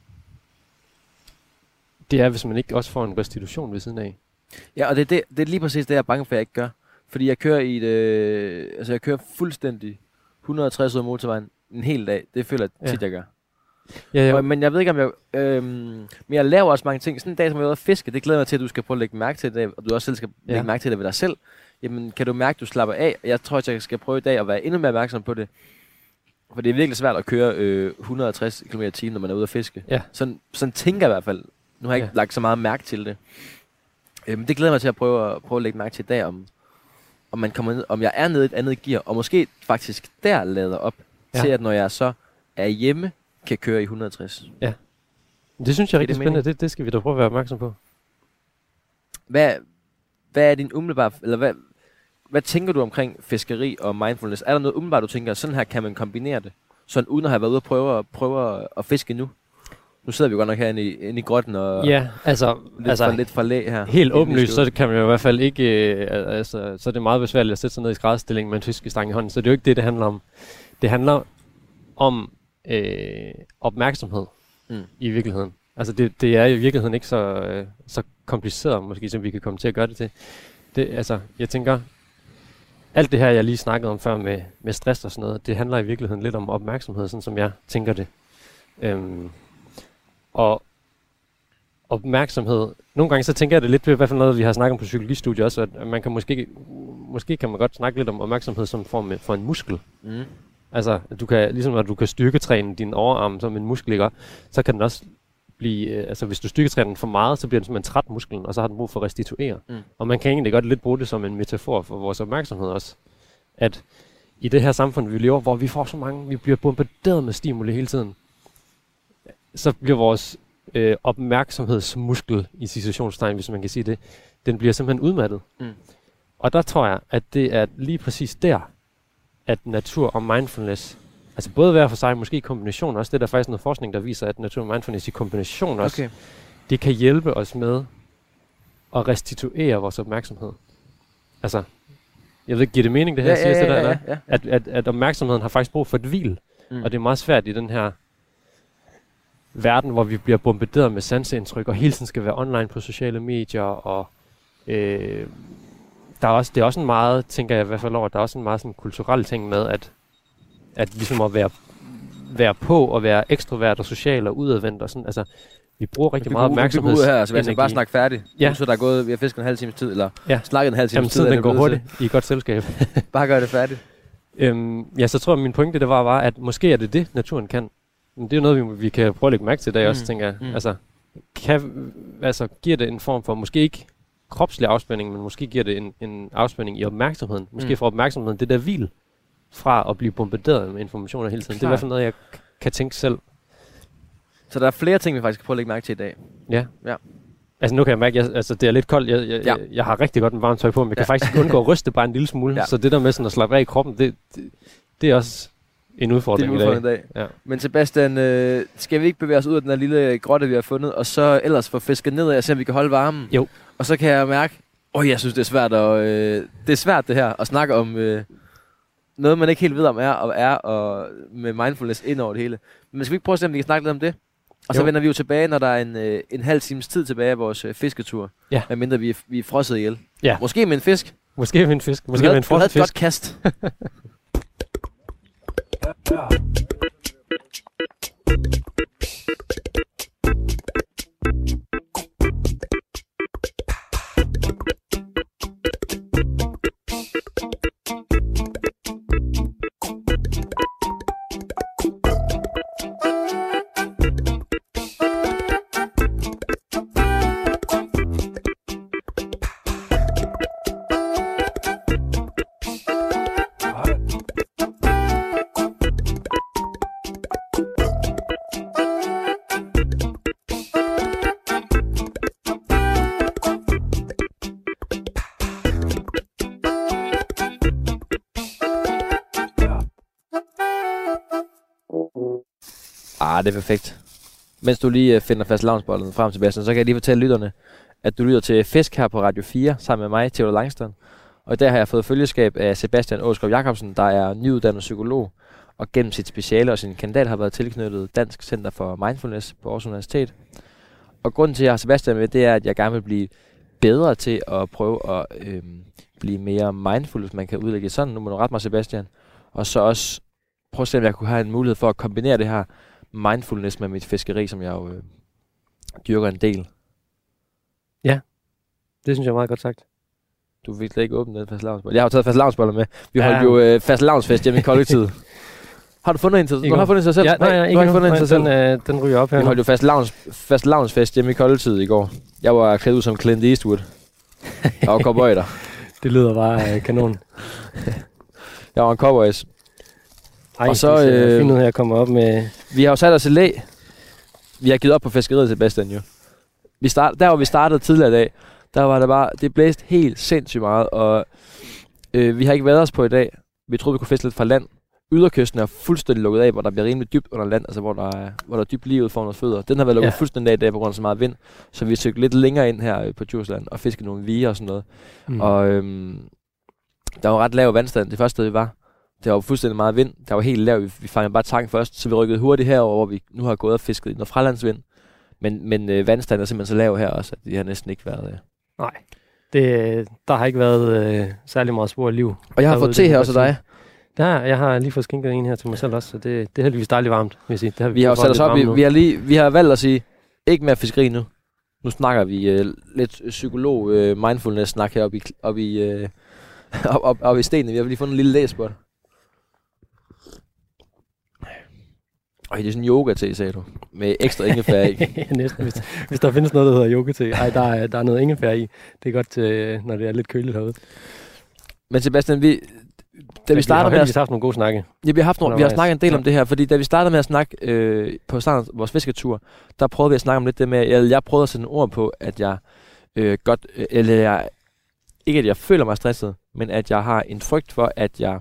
[SPEAKER 3] det er, hvis man ikke også får en restitution ved siden af. Ja,
[SPEAKER 2] og det er, det, det er lige præcis det, jeg er bange for, jeg ikke gør. Fordi jeg kører i et, øh, altså jeg kører fuldstændig et hundrede og tres ud af motorvejen en hel dag. Det føler jeg tit, ja. jeg gør.
[SPEAKER 3] Ja, ja.
[SPEAKER 2] Og, men jeg ved ikke, om jeg... Øh, men jeg laver også mange ting. Sådan en dag, som jeg er ude at fiske, det glæder mig til, at du skal prøve at lægge mærke til det, og du også selv skal ja. lægge mærke til det ved dig selv. Jamen, kan du mærke, at du slapper af? Jeg tror, at jeg skal prøve i dag at være endnu mere opmærksom på det. For det er virkelig svært at køre øh, et hundrede og tres kilometer i timen, når man er ude at fiske. Ja. Sådan, sådan tænker jeg i hvert fald. Nu har jeg ikke ja. lagt så meget mærke til det. Øh, men det glæder mig til at prøve at, prøve at lægge mærke til i dag, om... om man kommer ned, om jeg er nede i et andet gear, og måske faktisk der lader op, ja. til at når jeg så er hjemme, kan køre i et hundrede og tres.
[SPEAKER 3] Ja. Det synes jeg er rigtig spændende. Det, det skal vi da prøve at være opmærksom på.
[SPEAKER 2] Hvad, hvad er din umiddelbare, eller hvad, hvad tænker du omkring fiskeri og mindfulness? Er der noget umiddelbart, du tænker, sådan her kan man kombinere det? Sådan uden at have været ude og prøve, prøve at fiske nu? Nu sidder vi godt nok herinde i, inde i grotten og
[SPEAKER 3] Ja, altså,
[SPEAKER 2] lidt,
[SPEAKER 3] altså
[SPEAKER 2] for, lidt for læ her.
[SPEAKER 3] helt åbenlyst, så kan man jo i hvert fald ikke, øh, altså, så er det meget besværligt at sætte sig ned i skrædderstilling med en fiskestang i hånden, så det er jo ikke det, det handler om. Det handler om øh, opmærksomhed mm. i virkeligheden. Altså det, det er i virkeligheden ikke så, øh, så kompliceret, måske, som vi kan komme til at gøre det til. Det, altså, jeg tænker, alt det her, jeg lige snakkede om før med, med stress og sådan noget, det handler i virkeligheden lidt om opmærksomhed, sådan som jeg tænker det. Øhm, og opmærksomhed, nogle gange så tænker jeg det lidt på, i hvert fald noget, vi har snakket om på psykologistudiet også, at man kan måske, måske kan man godt snakke lidt om opmærksomhed som form for en muskel. Mm. Altså, du kan, ligesom når du kan styrketræne din overarm som en muskel, ikke? Så kan den også blive, øh, altså hvis du styrketræner den for meget, så bliver den som en træt musklen, og så har den brug for at restituere. Mm. Og man kan egentlig godt lidt bruge det som en metafor for vores opmærksomhed også. At i det her samfund, vi lever, hvor vi får så mange, vi bliver bombarderet med stimuli hele tiden, så bliver vores øh, opmærksomhedsmuskel, i citationstegn, hvis man kan sige det, den bliver simpelthen udmattet. Mm. Og der tror jeg, at det er lige præcis der, at natur og mindfulness, altså både hver for sig, måske i kombination også, det er der faktisk noget forskning, der viser, at natur og mindfulness i kombination også, okay. det kan hjælpe os med at restituere vores opmærksomhed. Altså, jeg ved ikke, giver det mening, det her,
[SPEAKER 2] ja,
[SPEAKER 3] siger
[SPEAKER 2] ja,
[SPEAKER 3] det der,
[SPEAKER 2] ja,
[SPEAKER 3] eller?
[SPEAKER 2] Ja, ja.
[SPEAKER 3] At, at, at opmærksomheden har faktisk brug for et hvil, mm. og det er meget svært i den her verden, hvor vi bliver bombarderet med sanseindtryk, og hele tiden skal være online på sociale medier, og øh, der er også, det er også en meget, tænker jeg i hvert fald over, der er også en meget sådan kulturel ting med, at, at ligesom at være, være på, og være ekstrovert og social og udadvendt, og sådan, altså, vi bruger rigtig meget opmærksomhed.
[SPEAKER 2] Vi her, altså vi skal bare snakke færdigt. Ja. Så der er gået, vi har fisket en halv times tid, eller ja. snakket en halv times tid.
[SPEAKER 3] Jamen, tiden den går hurtigt i godt selskab.
[SPEAKER 2] Bare gør det færdigt.
[SPEAKER 3] øhm, ja, så tror jeg, min pointe, det var, var, at måske er det det, naturen kan. Men det er noget, vi, vi kan prøve at lægge mærke til i dag mm. også, tænker jeg. Mm. Altså, kan, altså, giver det en form for, måske ikke kropslig afspænding, men måske giver det en, en afspænding i opmærksomheden. Måske mm. for opmærksomheden, det der hvil fra at blive bombarderet med informationer hele tiden. Klar. Det er i hvert fald noget, jeg k- kan tænke selv.
[SPEAKER 2] Så der er flere ting, vi faktisk kan prøve at lægge mærke til i dag.
[SPEAKER 3] Ja.
[SPEAKER 2] ja.
[SPEAKER 3] Altså nu kan jeg mærke, at jeg, altså, det er lidt koldt. Jeg, jeg, ja. jeg, jeg har rigtig godt en varmt tøj på, men jeg ja. kan faktisk undgå at ryste bare en lille smule. Ja. Så det der med sådan at slappe af i kroppen, det, det, det er også en udfordring,
[SPEAKER 2] det er en udfordring i dag. I dag. Ja. Men Sebastian, øh, skal vi ikke bevæge os ud af den her lille grotte, vi har fundet, og så ellers få fisket ned og se, om vi kan holde varmen?
[SPEAKER 3] Jo.
[SPEAKER 2] Og så kan jeg mærke, åh, jeg synes, det er svært, at, øh, det er svært det her, at snakke om øh, noget, man ikke helt ved om er, og er, og med mindfulness ind over det hele. Men skal vi ikke prøve at se, om vi kan snakke lidt om det? Og jo. Så vender vi jo tilbage, når der er en, øh, en halv times tid tilbage af vores øh, fisketur. Ja. Medmindre vi er, vi er frosset ihjel. Ja. Måske med en fisk.
[SPEAKER 3] Måske med en fisk. Måske med en frosset fisk.
[SPEAKER 2] Du havde et godt kast. Ah, det er perfekt. Mens du lige uh, finder fastelavnsbollen frem til Sebastian, så kan jeg lige fortælle lytterne, at du lytter til Fisk her på Radio fire, sammen med mig, Theodor Langstrand. Og i dag har jeg fået følgeskab af Sebastian Åskov Jacobsen, der er nyuddannet psykolog, og gennem sit speciale og sin kandidat har været tilknyttet Dansk Center for Mindfulness på Aarhus Universitet. Og grunden til, at jeg har Sebastian med, det er, at jeg gerne vil blive bedre til at prøve at øh, blive mere mindful, hvis man kan udlægge sådan. Nu må du rette mig, Sebastian. Og så også prøve at se, om jeg kunne have en mulighed for at kombinere det her mindfulness med mit fiskeri, som jeg jo øh, dyrker en del.
[SPEAKER 3] Ja, det synes jeg er meget godt sagt.
[SPEAKER 2] Du vil slet ikke åbne den fastelavnsbolle. Jeg har jo taget fastelavnsboller med. Vi ja. holdt jo øh, fastelavnsfest hjemme i kollektivet. Har du fundet en til? Du har fundet en til selv?
[SPEAKER 3] Ja, nej, nej, ikke fundet en til selv. Den, øh, den ryger op her.
[SPEAKER 2] Vi holdt jo fastelavns, fastelavnsfest hjemme i kollektivet i går. Jeg var klædt ud som Clint Eastwood. Jeg var cowboy der.
[SPEAKER 3] Det lyder bare øh, kanon.
[SPEAKER 2] Jeg var en cowboys.
[SPEAKER 3] Ej, og så øh, fint ud her kommer op med.
[SPEAKER 2] Vi har jo sat os i læ. Vi har givet op på fiskeriet, Sebastian jo. Vi start, der hvor vi startede tidligere i dag, der var det bare, det blæste helt sindssygt meget, og øh, vi har ikke været os på i dag. Vi troede, vi kunne fiske lidt fra land, yderkysten er fuldstændig lukket af, hvor der bliver rimelig dybt under land, altså hvor der er, hvor der er dybt lige ud foran vores fødder. Den har været lukket ja. fuldstændig af i dag på grund af så meget vind, så vi søgte lidt længere ind her på Djursland og fiskede nogle viger og sådan noget. Mm. Og øhm, der var ret lav vandstand det første sted, vi var. Der var fuldstændig meget vind. Der var helt lav. Vi, vi fangede bare tang først, så vi rykkede hurtigt herover, hvor vi nu har gået og fisket i noget fralandsvind. Men, men øh, vandstanden er simpelthen så lav her også, at de har næsten ikke været... Øh.
[SPEAKER 3] Nej, det, der har ikke været øh, særlig meget spor af liv.
[SPEAKER 2] Og jeg har fået te her også af dig.
[SPEAKER 3] Der, jeg har lige fået skænket en her til mig selv også, så det, det er heldigvis dejligt varmt, vil jeg sige. Det har vi,
[SPEAKER 2] vi har sat os op, vi, vi, har lige, vi har valgt at sige, ikke mere fiskeri nu. Nu snakker vi øh, lidt psykolog øh, mindfulness snak her oppe i, op i, øh, op, op, op i stenene. Vi har lige fundet en lille læsbord. Øj, det er sådan en yoga-te, sagde du. Med ekstra ingefær i.
[SPEAKER 3] Næsten, hvis, hvis der findes noget, der hedder yoga-te. Ej, der er, der er noget ingefær i. Det er godt, øh, når det er lidt køligt herude.
[SPEAKER 2] Men Sebastian, vi... Da vi,
[SPEAKER 3] vi
[SPEAKER 2] startede
[SPEAKER 3] har
[SPEAKER 2] med at
[SPEAKER 3] haft nogle gode snakke.
[SPEAKER 2] Ja, vi har haft nogle, vi har snakket en del ja. om det her, fordi da vi startede med at snakke øh, på starten af vores fisketur, der prøvede vi at snakke om lidt det med, jeg, jeg prøvede at sætte en ord på, at jeg øh, godt, øh, eller jeg, ikke at jeg føler mig stresset, men at jeg har en frygt for, at jeg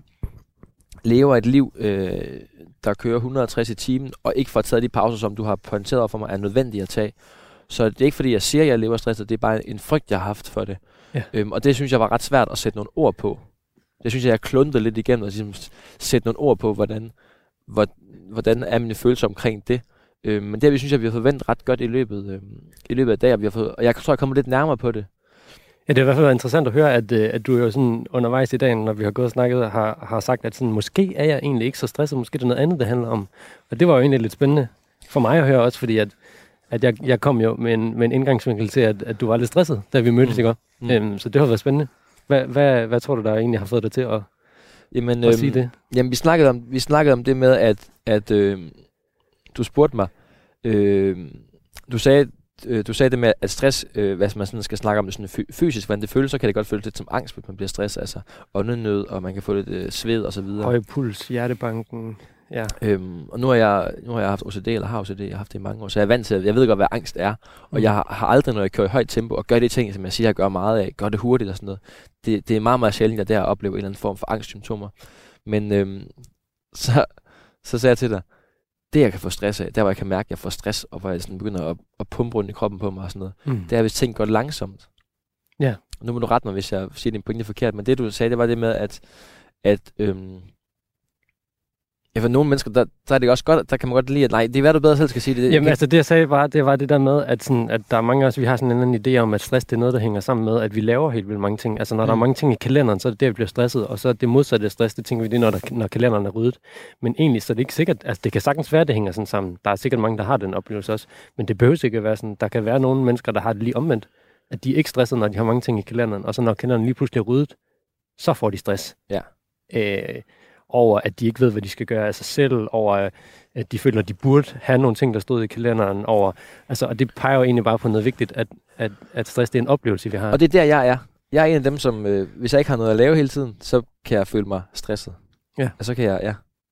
[SPEAKER 2] lever et liv, øh, der kører et hundrede og tres i timen, og ikke får taget de pauser, som du har pointeret for mig, er nødvendige at tage. Så det er ikke fordi, jeg siger, at jeg lever stresset, det er bare en frygt, jeg har haft for det. Ja. Øhm, og det synes jeg var ret svært at sætte nogle ord på. Jeg synes, jeg har kluntet lidt igennem og ligesom sætte nogle ord på, hvordan, hvordan er mine følelser omkring det. Øhm, men det har vi synes, jeg, vi har forventet ret godt i løbet, øhm, i løbet af dagen, og, vi har fået, og jeg tror, jeg kommer lidt nærmere på det.
[SPEAKER 3] Ja, det er i hvert fald interessant at høre, at, at du jo sådan undervejs i dagen, når vi har gået og snakket, har, har sagt, at sådan, måske er jeg egentlig ikke så stresset, måske det er noget andet, det handler om. Og det var jo egentlig lidt spændende for mig at høre også, fordi at, at jeg, jeg kom jo med en, med en indgangsvinkel til, at, at du var lidt stresset, da vi mødtes, mm. ikke? Mm. Øhm, så det har været spændende. Hvad, hvad, hvad tror du, der egentlig har fået dig til at,
[SPEAKER 2] jamen,
[SPEAKER 3] at
[SPEAKER 2] øhm,
[SPEAKER 3] sige det?
[SPEAKER 2] Jamen, vi snakkede om, vi snakkede om det med, at, at øh, du spurgte mig, øh, du sagde, øh, du sagde det med, at stress, øh, hvad man sådan skal snakke om det sådan fysisk, hvordan det føles, så kan det godt føles lidt som angst, hvis man bliver stresset, altså åndenød, og man kan få lidt øh, sved og så videre.
[SPEAKER 3] Høj puls, hjertebanken. Ja.
[SPEAKER 2] Øhm, og nu har jeg nu har jeg haft O C D eller har O C D, jeg har haft det i mange år, så jeg er vant til, at jeg ved godt, hvad angst er, og mm. jeg har, har aldrig, når jeg kører i højt tempo og gør de ting, som jeg siger, jeg gør meget af, gør det hurtigt og sådan noget. Det, det er meget, meget sjældent, at jeg der oplever en eller anden form for angstsymptomer. Men øhm, så, så sagde jeg til dig, det jeg kan få stress af, der hvor jeg kan mærke, at jeg får stress, og hvor jeg sådan begynder at, at pumpe rundt i kroppen på mig og sådan noget, mm. det er, hvis ting går langsomt.
[SPEAKER 3] Ja.
[SPEAKER 2] Nu må du rette mig, hvis jeg siger din pointe forkert, men det du sagde, det var det med, at, at øhm, ja, for nogle mennesker, der, der er det også godt, der kan man godt lide, at nej, det er hvad du bedre selv skal sige det.
[SPEAKER 3] Jamen altså det jeg sagde bare, det var det der med, at, sådan, at der er mange af os, vi har sådan en eller anden idé om, at stress det er noget, der hænger sammen med, at vi laver helt vildt mange ting. Altså når mm. der er mange ting i kalenderen, så er det der, vi bliver stresset, og så er det modsatte af stress, det tænker vi, det er, når, der, når kalenderen er ryddet. Men egentlig, så er det ikke sikkert, altså det kan sagtens være, at det hænger sådan sammen. Der er sikkert mange, der har den oplevelse også, men det behøver ikke at være sådan. Der kan være nogle mennesker, der har det lige omvendt, at de er ikke stresset, når de har mange ting i kalenderen, og så når kalenderen lige pludselig er ryddet, så får de stress.
[SPEAKER 2] Ja.
[SPEAKER 3] Øh, over at de ikke ved, hvad de skal gøre af sig selv, over at de føler, at de burde have nogle ting, der stod i kalenderen, over, altså, og det peger jo egentlig bare på noget vigtigt, at, at, at stress det er en oplevelse, vi har.
[SPEAKER 2] Og det er der, jeg er. Jeg er en af dem, som, øh, hvis jeg ikke har noget at lave hele tiden, så kan jeg føle mig stresset.
[SPEAKER 3] Ja.
[SPEAKER 2] Og så kan jeg, ja,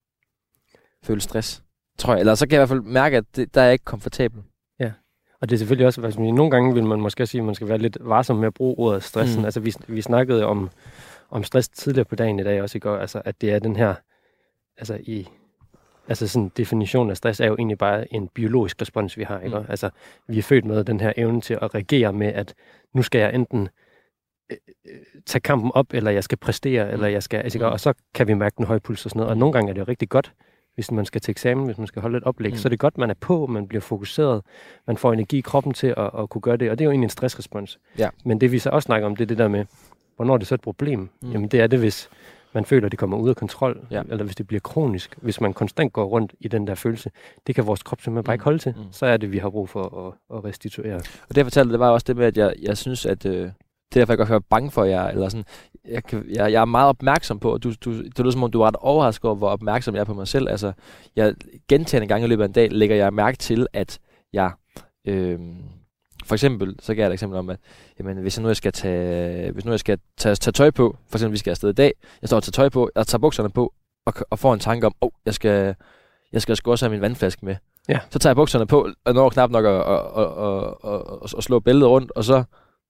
[SPEAKER 2] føle stress, tror jeg. Eller så kan jeg i hvert fald mærke, at det, der er jeg ikke komfortabel.
[SPEAKER 3] Ja, og det er selvfølgelig også, altså, nogle gange vil man måske sige, at man skal være lidt varsom med at bruge ordet stressen. Mm. Altså, vi, vi snakkede om om stress tidligere på dagen i dag også i går, altså at det er den her, altså i, altså sådan definitionen af stress er jo egentlig bare en biologisk respons, vi har, ikke? Mm. Altså vi er født med den her evne til at reagere med, at nu skal jeg enten øh, tage kampen op, eller jeg skal præstere, mm. eller jeg skal, altså, mm. og så kan vi mærke den høje puls og sådan noget, og nogle gange er det jo rigtig godt, hvis man skal til eksamen, hvis man skal holde et oplæg, mm. så er det godt, man er på, man bliver fokuseret, man får energi i kroppen til at, at kunne gøre det, og det er jo egentlig en stressrespons.
[SPEAKER 2] Ja.
[SPEAKER 3] Men det vi så også snakker om, det er det der med, hvornår er det så et problem? Mm. Jamen det er det, hvis man føler, at det kommer ud af kontrol, ja. Eller hvis det bliver kronisk. Hvis man konstant går rundt i den der følelse, det kan vores krop simpelthen bare ikke holde til. Mm. Så er det, vi har brug for at, at restituere.
[SPEAKER 2] Og det jeg fortalte, det var også det med, at jeg, jeg synes, at øh, det er derfor, jeg godt kan være bange for jer, eller sådan, jeg, kan, jeg, jeg er meget opmærksom på, og du, du, det lyder som om, du er ret overrasket over, hvor opmærksom jeg er på mig selv. Altså, jeg gentagende gange i løbet af en dag, lægger jeg mærke til, at jeg... Øh, For eksempel, så gav jeg et eksempel om, at jamen, hvis jeg nu jeg skal tage, hvis nu jeg skal tage, tage tøj på, for eksempel vi skal afsted i dag, jeg står og tager tøj på, jeg tager bukserne på, og, og får en tanke om, åh, oh, jeg skal, jeg skal sgu også have min vandflaske med.
[SPEAKER 3] Ja.
[SPEAKER 2] Så tager jeg bukserne på, og når knap nok at, at, at, at, at, at slå bæltet rundt, og så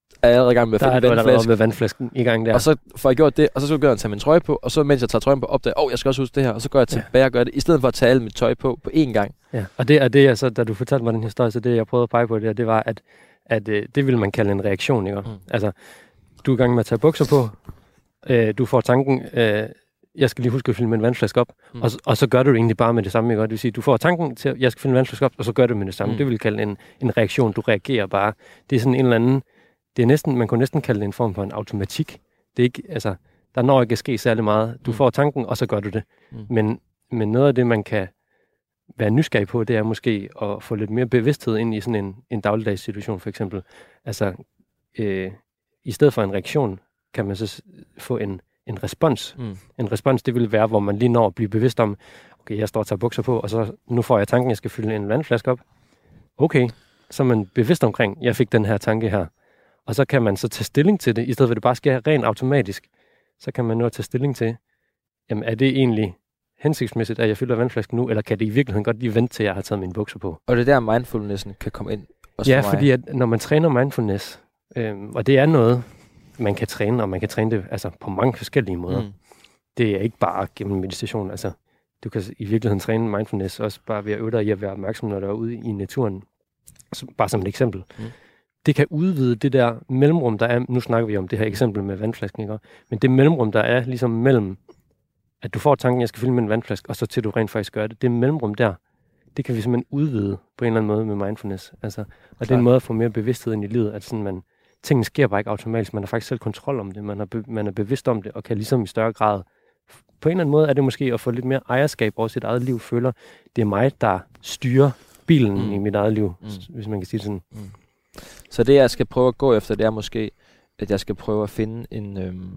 [SPEAKER 2] er jeg allerede i gang med at
[SPEAKER 3] Der er
[SPEAKER 2] finde
[SPEAKER 3] du
[SPEAKER 2] en
[SPEAKER 3] allerede
[SPEAKER 2] vandflaske.
[SPEAKER 3] med vandflasken i gang der.
[SPEAKER 2] Og så får jeg gjort det, og så skal jeg tage min trøje på, og så mens jeg tager trøjen på, opdager åh, oh, jeg skal også huske det her, og så går jeg tilbage og gør det, i stedet for at tage alt mit tøj på på én gang.
[SPEAKER 3] Ja, og det er det, jeg så, da du fortalte mig den historie, så det, jeg prøvede at pege på, det, det var, at, at øh, det vil man kalde en reaktion, ikke? Mm. Altså, du er i gang med at tage bukser på, øh, du får tanken, øh, jeg skal lige huske at fylde min vandflaske op, mm. og, og så gør du det egentlig bare med det samme, ikke? Det vil sige, du får tanken til, at jeg skal fylde min vandflaske op, og så gør du det med det samme. Mm. Det vil vi kalde en, en reaktion, du reagerer bare. Det er sådan en eller anden, det er næsten, man kunne næsten kalde det en form for en automatik. Det er ikke, altså, der når ikke at ske særlig meget. Du mm. får tanken, og så gør du det. Mm. Men, men noget af det, man kan være nysgerrig på, det er måske at få lidt mere bevidsthed ind i sådan en, en dagligdags situation, for eksempel. Altså, øh, i stedet for en reaktion, kan man så få en, en respons. Mm. En respons, det vil være, hvor man lige når at blive bevidst om, okay, jeg står og tager bukser på, og så nu får jeg tanken, jeg skal fylde en vandflaske op. Okay, så er man bevidst omkring, jeg fik den her tanke her. Og så kan man så tage stilling til det, i stedet for at det bare sker rent automatisk. Så kan man nu tage stilling til, jamen er det egentlig hensigtsmæssigt, at jeg fylder vandflasken nu, eller kan det i virkeligheden godt lige vente til, jeg har taget mine bukser på?
[SPEAKER 2] Og det er der mindfulnessen kan komme ind.
[SPEAKER 3] Ja, for fordi at når man træner mindfulness, øhm, og det er noget, man kan træne, og man kan træne det altså, på mange forskellige måder. Mm. Det er ikke bare gennem meditation. Altså, du kan i virkeligheden træne mindfulness også bare ved at øve dig i at være opmærksom, når du er ude i naturen. Så, bare som et eksempel. Mm. Det kan udvide det der mellemrum, der er, nu snakker vi om det her eksempel med vandflasken, ikke? Men det mellemrum, der er ligesom mellem, at du får tanken, jeg skal fylde med en vandflaske, og så til du rent faktisk gør det, det mellemrum der, det kan vi simpelthen udvide på en eller anden måde med mindfulness. Altså, og det er en måde at få mere bevidsthed ind i livet, at sådan man, tingene sker bare ikke automatisk, man har faktisk selv kontrol om det, man er, be, man er bevidst om det, og kan ligesom i større grad, på en eller anden måde er det måske at få lidt mere ejerskab over sit eget liv, føler, det er mig, der styrer bilen mm. i mit eget liv, mm. hvis man kan sige sådan. Mm.
[SPEAKER 2] Så det, jeg skal prøve at gå efter, det er måske, at jeg skal prøve at finde en, øhm,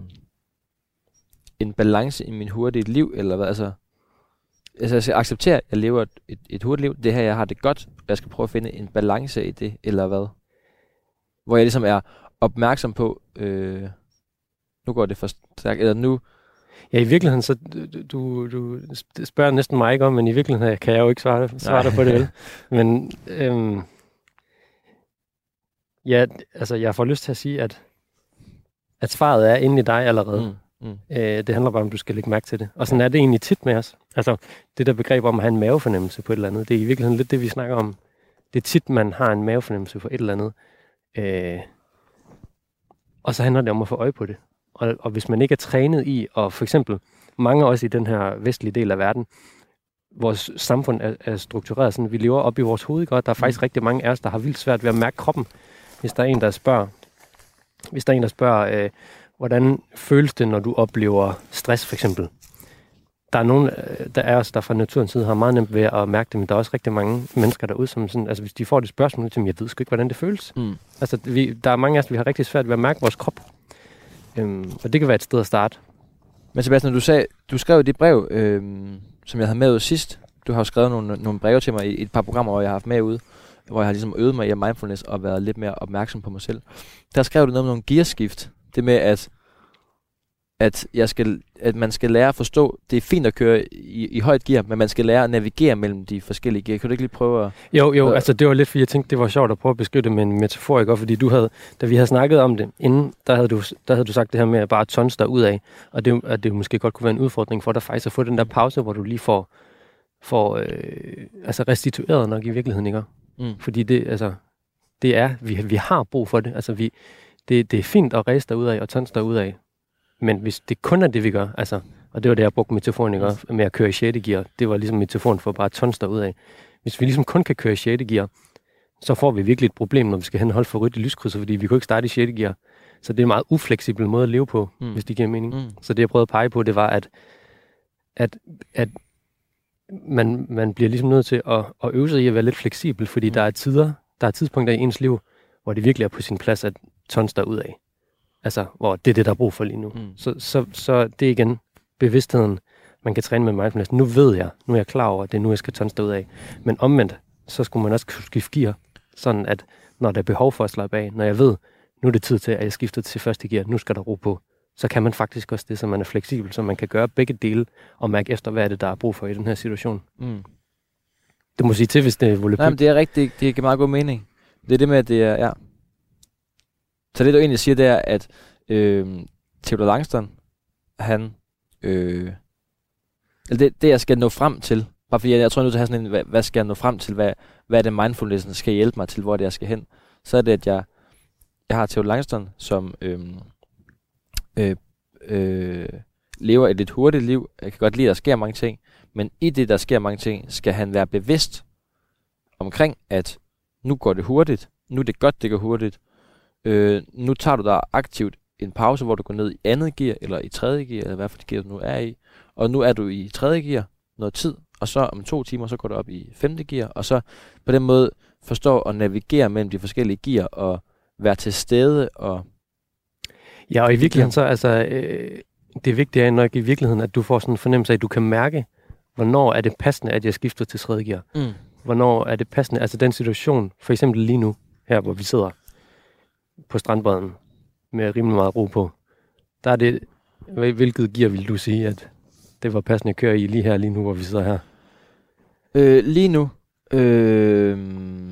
[SPEAKER 2] en balance i min hurtige liv, eller hvad, altså, altså jeg skal acceptere, at jeg lever et, et, et hurtigt liv, det her, jeg har det godt, og jeg skal prøve at finde en balance i det, eller hvad? Hvor jeg ligesom er opmærksom på, øh, nu går det for stærkt, eller nu...
[SPEAKER 3] Ja, i virkeligheden, så du, du spørger næsten mig ikke om, men i virkeligheden kan jeg jo ikke svare, svare dig på det, vel? Men... Øhm, Ja, altså jeg får lyst til at sige, at, at svaret er inde i dig allerede. Mm, mm. Øh, det handler bare om, at du skal lægge mærke til det. Og sådan er det egentlig tit med os. Altså det der begreb om at have en mavefornemmelse på et eller andet, det er i virkeligheden lidt det, vi snakker om. Det er tit, man har en mavefornemmelse for et eller andet. Øh, og så handler det om at få øje på det. Og, og hvis man ikke er trænet i, og for eksempel mange også i den her vestlige del af verden, vores samfund er, er struktureret sådan, vi lever op i vores hoved, godt. Der er faktisk mm. rigtig mange af os, der har vildt svært ved at mærke kroppen. Hvis der er en, der spørger, hvis der er en, der spørger, øh, hvordan føles det, når du oplever stress, for eksempel? Der er nogen, der er os, der fra naturens side har meget nemt ved at mærke det, men der er også rigtig mange mennesker derude, som sådan, altså hvis de får det spørgsmål til mig, jeg ved sgu ikke, hvordan det føles. Mm. Altså, vi, der er mange af os, vi har rigtig svært ved at mærke vores krop. Øhm, og det kan være et sted at starte.
[SPEAKER 2] Men Sebastian, du sagde, du skrev det brev, øhm, som jeg havde med ud sidst. Du har jo skrevet nogle, nogle breve til mig i et par programmer, hvor jeg har haft med ude, hvor jeg har ligesom øvet mig i mindfulness og været lidt mere opmærksom på mig selv. Der skrev du noget om nogle gearskift. Det med, at, at, jeg skal, at man skal lære at forstå, det er fint at køre i, i højt gear, men man skal lære at navigere mellem de forskellige gear. Kan du ikke lige prøve at...
[SPEAKER 3] Jo, jo, øh, altså det var lidt, fordi jeg tænkte, det var sjovt at prøve at beskrive det med en metafor, ikke? Fordi du havde, da vi havde snakket om det inden, der havde du, der havde du sagt det her med at bare tons dig ud af, og det, at det måske godt kunne være en udfordring for dig faktisk at få den der pause, hvor du lige får, får øh, altså restitueret nok i virkeligheden, ikke? Mm. Fordi det, altså, det er, vi, vi har brug for det. Altså, vi, det, det er fint at ræse derud af og tons derud af. Men hvis det kun er det, vi gør, altså, og det var det, jeg brugte metaforen, ikke, med at køre i sjette gear, det var ligesom metaforen for bare at tons derud af. Hvis vi ligesom kun kan køre i sjette gear, så får vi virkelig et problem, når vi skal hen og holde for rødt i lyskrydset, fordi vi kan ikke starte i sjette gear. Så det er en meget ufleksibel måde at leve på, mm. hvis det giver mening. Mm. Så det, jeg prøvede at pege på, det var, at, at, at Man, man bliver ligesom nødt til at, at øve sig i at være lidt fleksibel, fordi mm. der er tider, der er tidspunkter i ens liv, hvor det virkelig er på sin plads at tons der ud af. Altså, hvor det er det, der er brug for lige nu. Mm. Så, så, så det er igen bevidstheden, man kan træne med mindfulness. Nu ved jeg, nu er jeg klar over, at det er nu, jeg skal tons der ud af. Men omvendt, så skulle man også skifte gear, sådan at når der er behov for at slappe af, når jeg ved, nu er det tid til, at jeg skifter til første gear, nu skal der ro på, så kan man faktisk også det, så man er fleksibel, så man kan gøre begge dele og mærke efter, hvad er det, der er brug for i den her situation. Mm. Det må sige til, hvis det er volapyk.
[SPEAKER 2] Nej, men det er rigtigt. Det giver meget god mening. Det er det med, at det er... Ja. Så det, du egentlig siger, det er, at øh, Theodor Langston, han... Øh, eller det, det, jeg skal nå frem til, bare fordi jeg, jeg tror, jeg er nødt til at have sådan en, hvad, hvad skal jeg nå frem til, hvad, hvad er det mindfulnessen skal hjælpe mig til, hvor det jeg skal hen, så er det, at jeg, jeg har Theodor Langston, som øh, øh, øh, lever et lidt hurtigt liv. Jeg kan godt lide, at der sker mange ting, men i det, der sker mange ting, skal han være bevidst omkring, at nu går det hurtigt, nu er det godt, det går hurtigt, øh, nu tager du dig aktivt en pause, hvor du går ned i andet gear, eller i tredje gear, eller hvad for det gear, du nu er i, og nu er du i tredje gear noget tid, og så om to timer, så går du op i femte gear, og så på den måde forstår at navigere mellem de forskellige gear, og være til stede, og...
[SPEAKER 3] Ja, og i virkeligheden så, altså, øh, det vigtige er nok i virkeligheden, at du får sådan en fornemmelse af, at du kan mærke, hvornår er det passende, at jeg skifter til tredje gear. Mm. Hvornår er det passende, altså den situation, for eksempel lige nu, her hvor vi sidder på strandbredden, med rimelig meget ro på, der er det, hvilket gear vil du sige, at det var passende at køre i lige her, lige nu, hvor vi sidder her?
[SPEAKER 2] Øh, lige nu, øh,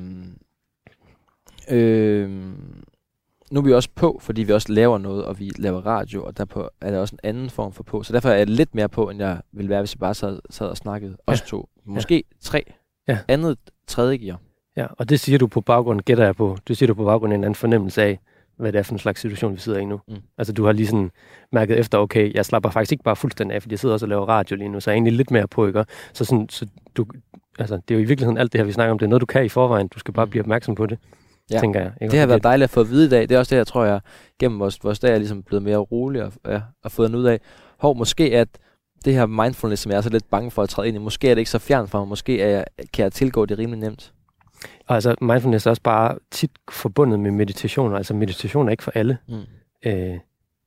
[SPEAKER 2] øh, nu er vi også på, fordi vi også laver noget, og vi laver radio, og derpå er der også en anden form for på, så derfor er jeg lidt mere på, end jeg ville være, hvis jeg bare sad, sad og snakkede. Ja. Os to. Måske ja. tre. Ja. Andet tredje gear.
[SPEAKER 3] Ja, og det siger du på baggrund, gætter jeg på, det siger du på baggrund af en anden fornemmelse af, hvad det er for en slags situation, vi sidder i nu. Mm. Altså, du har lige sådan mærket efter, okay, jeg slapper faktisk ikke bare fuldstændig af, fordi jeg sidder også og laver radio lige nu, så jeg er egentlig lidt mere på, ikke? Så, sådan, så du, altså, det er jo i virkeligheden alt det her, vi snakker om, det er noget, du kan i forvejen. Du skal bare blive opmærksom på det, ja. tænker jeg. Ikke?
[SPEAKER 2] Det har været dejligt at få at vide i dag. Det er også det, jeg tror, jeg gennem vores, vores dag er ligesom blevet mere rolig og, ja, og fået den ud af. Hov, måske at det her mindfulness, som jeg er så lidt bange for at træde ind i, måske er det ikke så fjern fra mig, måske er jeg, kan jeg tilgå det rimelig nemt.
[SPEAKER 3] Og altså, mindfulness er også bare tit forbundet med meditation. Altså, meditation er ikke for alle. Mm. Øh,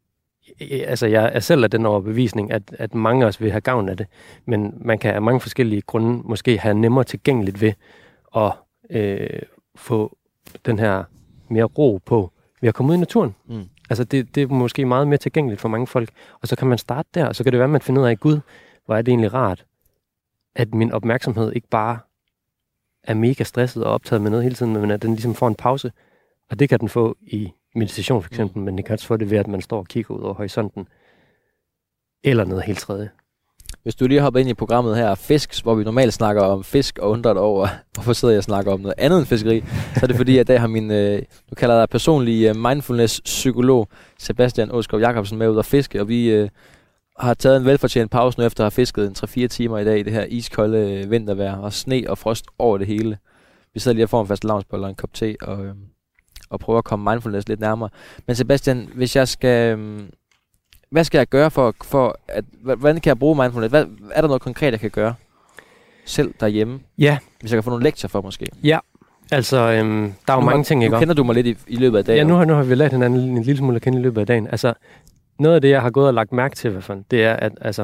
[SPEAKER 3] altså, jeg er selv af den overbevisning, at, at mange af os vil have gavn af det. Men man kan af mange forskellige grunde måske have nemmere tilgængeligt ved at øh, få den her mere ro på ved at komme ud i naturen. Mm. Altså, det, det er måske meget mere tilgængeligt for mange folk. Og så kan man starte der, og så kan det være, at man finder ud af, Gud, hvor er det egentlig rart, at min opmærksomhed ikke bare er mega stresset og optaget med noget hele tiden, men at den ligesom får en pause. Og det kan den få i meditation for eksempel, mm. men det kan også få det ved, at man står og kigger ud over horisonten. Eller noget helt tredje.
[SPEAKER 2] Hvis du lige hopper ind i programmet her, Fisk, hvor vi normalt snakker om fisk og undrer dig over, hvorfor sidder jeg og snakker om noget andet end fiskeri, så er det fordi, at i dag har min, øh, du kalder dig personlig mindfulness-psykolog, Sebastian Åskov Jacobsen, med ud og fiske, og vi øh, har taget en velfortjent pause nu, efter at have fisket en tre fire timer i dag i det her iskolde vintervejr, og sne og frost over det hele. Vi sidder lige og får en fast lavnsbolle og en kop te, og, øh, og prøver at komme mindfulness lidt nærmere. Men Sebastian, hvis jeg skal... Øh, hvad skal jeg gøre for, for at... Hvordan kan jeg bruge mindfulness? Hvad, er der noget konkret, jeg kan gøre selv derhjemme?
[SPEAKER 3] Ja.
[SPEAKER 2] Hvis jeg kan få nogle lektier for, måske.
[SPEAKER 3] Ja. Altså, øhm, der er jo mange
[SPEAKER 2] har,
[SPEAKER 3] ting, ikke?
[SPEAKER 2] Nu kender du mig lidt i, i løbet af dagen.
[SPEAKER 3] Ja, nu har, nu har vi lært hinanden en lille smule at kende i løbet af dagen. Altså, noget af det, jeg har gået og lagt mærke til, i hvert fald, det er, at altså,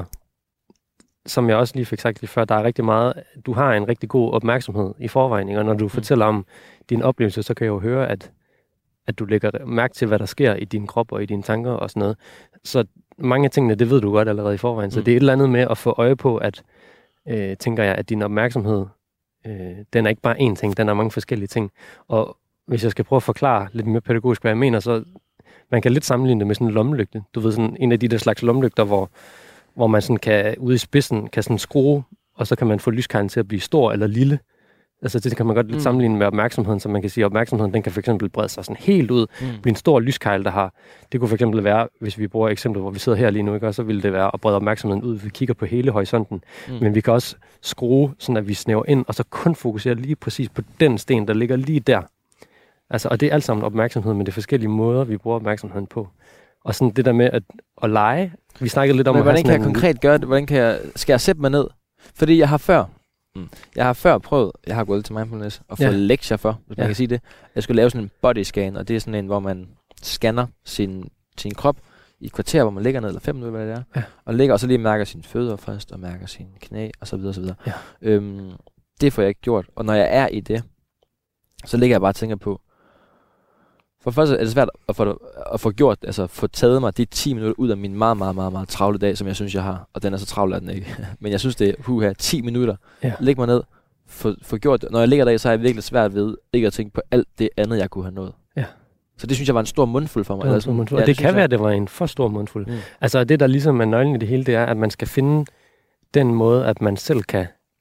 [SPEAKER 3] som jeg også lige fik sagt lige før, der er rigtig meget, du har en rigtig god opmærksomhed i forvejen, ikke? Og når du mm. fortæller om din oplevelse, så kan jeg jo høre, at, at du lægger mærke til, hvad der sker i din krop og i dine tanker og sådan noget. Så mange af tingene, det ved du godt allerede i forvejen. Så mm. det er et eller andet med at få øje på, at, øh, tænker jeg, at din opmærksomhed, øh, den er ikke bare én ting, den er mange forskellige ting. Og hvis jeg skal prøve at forklare lidt mere pædagogisk, hvad jeg mener, så man kan lidt sammenligne det med sådan en lommelygte. Du ved, sådan en af de der slags lommelygter, hvor, hvor man sådan kan, ude i spidsen, kan sådan skrue, og så kan man få lyskejlen til at blive stor eller lille. Altså det kan man godt lidt mm. sammenligne med opmærksomheden, så man kan sige, at opmærksomheden, den kan for eksempel brede sig sådan helt ud, mm. blive en stor lyskejl, der har, det kunne for eksempel være, hvis vi bruger eksemplet, hvor vi sidder her lige nu, ikke? Og så ville det være at brede opmærksomheden ud, vi kigger på hele horisonten, mm. men vi kan også skrue, sådan at vi snæver ind, og så kun fokusere lige præcis på den sten, der ligger lige der. Altså, og det er alt sammen opmærksomhed, men det er forskellige måder, vi bruger opmærksomheden på. Og sådan det der med at, at lege, vi snakkede lidt om...
[SPEAKER 2] Men
[SPEAKER 3] at
[SPEAKER 2] hvordan kan jeg
[SPEAKER 3] en...
[SPEAKER 2] konkret gøre det? Hvordan kan jeg... Skal jeg sætte mig ned? Fordi jeg har før... Mm. Jeg har før prøvet, jeg har gået til mindfulness og fået ja. lektier for, hvis ja. man kan sige det. Jeg skulle lave sådan en body scan, og det er sådan en, hvor man scanner sin, sin krop i et kvarter, hvor man ligger ned, eller fem minutter, hvad det er. Ja. Og ligger, og så lige mærker sine fødder først, og mærker sine knæ, og så videre, og så videre. Ja. Øhm, det får jeg ikke gjort. Og når jeg er i det, så ligger jeg bare og tænker på, for først er det svært at få, at få gjort, altså få taget mig de ti minutter ud af min meget, meget, meget, meget travle dag, som jeg synes, jeg har. Og den er så travl, at den ikke. Men jeg synes, det er huha, ti minutter. Ja. Læg mig ned, få, få gjort det. Når jeg ligger der, så er jeg virkelig svært ved ikke at tænke på alt det andet, jeg kunne have nået.
[SPEAKER 3] Ja.
[SPEAKER 2] Så det synes jeg var en stor mundfuld for mig.
[SPEAKER 3] Det
[SPEAKER 2] eller sådan.
[SPEAKER 3] mundfuld.
[SPEAKER 2] Ja,
[SPEAKER 3] og det,
[SPEAKER 2] det
[SPEAKER 3] kan være,
[SPEAKER 2] jeg.
[SPEAKER 3] at det var en for stor mundfuld.
[SPEAKER 2] Mm.
[SPEAKER 3] Altså det, der ligesom er nøglen i det hele, det er, at man skal finde den måde, at man selv kan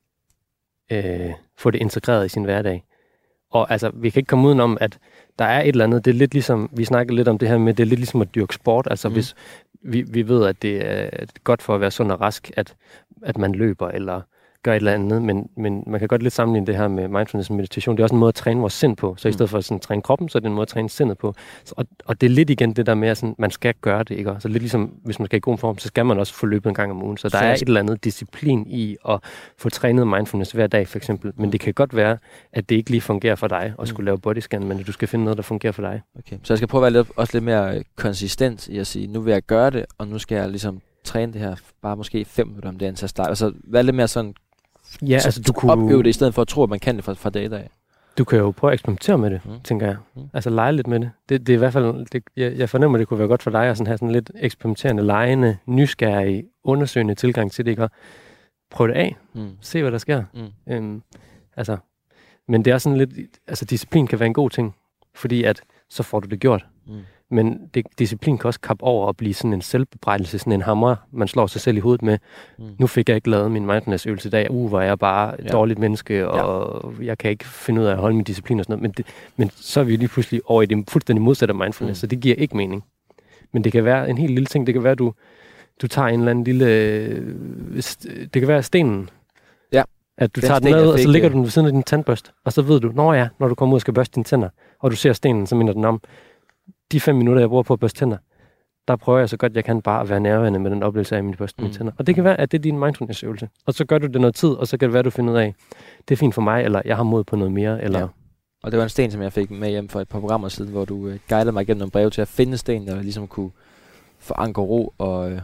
[SPEAKER 3] øh, få det integreret i sin hverdag. Og altså, vi kan ikke komme udenom, at der er et eller andet, det er lidt ligesom, vi snakkede lidt om det her med, det er lidt ligesom at dyrke sport. Altså mm. hvis vi, vi ved, at det er godt for at være sund og rask, at, at man løber eller gør et eller andet, men, men man kan godt lidt sammenligne det her med mindfulness og meditation. Det er også en måde at træne vores sind på. Så i stedet for at sådan, træne kroppen, så er det en måde at træne sindet på. Så, og, og det er lidt igen det der med, at sådan, man skal gøre det, ikke? Så lidt ligesom, hvis man skal i god form, så skal man også få løbet en gang om ugen. Så der er et eller andet disciplin i at få trænet mindfulness hver dag, for eksempel. Men det kan godt være, at det ikke lige fungerer for dig at skulle lave bodyscan, men at du skal finde noget, der fungerer for dig.
[SPEAKER 2] Okay. Så jeg skal prøve at være lidt, også lidt mere konsistent i at sige, nu vil jeg gøre det, og nu skal jeg ligesom træne det her, bare måske fem minutter om dagen til at starte. Altså være lidt mere sådan,
[SPEAKER 3] ja, altså du kunne
[SPEAKER 2] opøve det, i stedet for at tro, at man kan det fra, fra dag i dag.
[SPEAKER 3] Du kan jo prøve at eksperimentere med det, mm. tænker jeg. Mm. Altså lege lidt med det. Det, det er i hvert fald, det, jeg, jeg fornemmer, det kunne være godt for dig at sådan have sådan lidt eksperimenterende, legende, nysgerrig, undersøgende tilgang til det, ikke? Prøv det af. Mm. Se, hvad der sker. Mm. Øhm, altså, men det er sådan lidt, altså disciplin kan være en god ting, fordi at så får du det gjort. Mm. Men det, disciplin kan også kappe over og blive sådan en selvbebrejdelse, sådan en hammer, man slår sig selv i hovedet med. Mm. Nu fik jeg ikke lavet min mindfulness-øvelse i dag. Uh, hvor er jeg bare et ja. dårligt menneske, og ja. jeg kan ikke finde ud af at holde min disciplin og sådan noget. Men, det, men så er vi lige pludselig over i det fuldstændig modsatte af mindfulness, mm. så det giver ikke mening. Men det kan være en helt lille ting. Det kan være, at du, du tager en eller anden lille... Det kan være stenen. Ja. At du den tager den med, og så ligger du den ved siden af din tandbørste. Og så ved du, når ja, når du kommer ud og skal børste dine tænder, og du ser stenen, så minder den om, de fem minutter, jeg bruger på at børste tænder, der prøver jeg så godt, jeg kan bare at være nærværende med den oplevelse af min børste mine mm. tænder. Og det kan være, at det er din mindfulness-øvelse. Og så gør du det noget tid, og så kan det være, du finder ud af, det er fint for mig, eller jeg har mod på noget mere. Eller... Ja.
[SPEAKER 2] Og det var en sten, som jeg fik med hjem for et par programmer siden, hvor du uh, guidede mig igennem nogle breve til at finde sten, der ligesom kunne forankre ro og... Uh...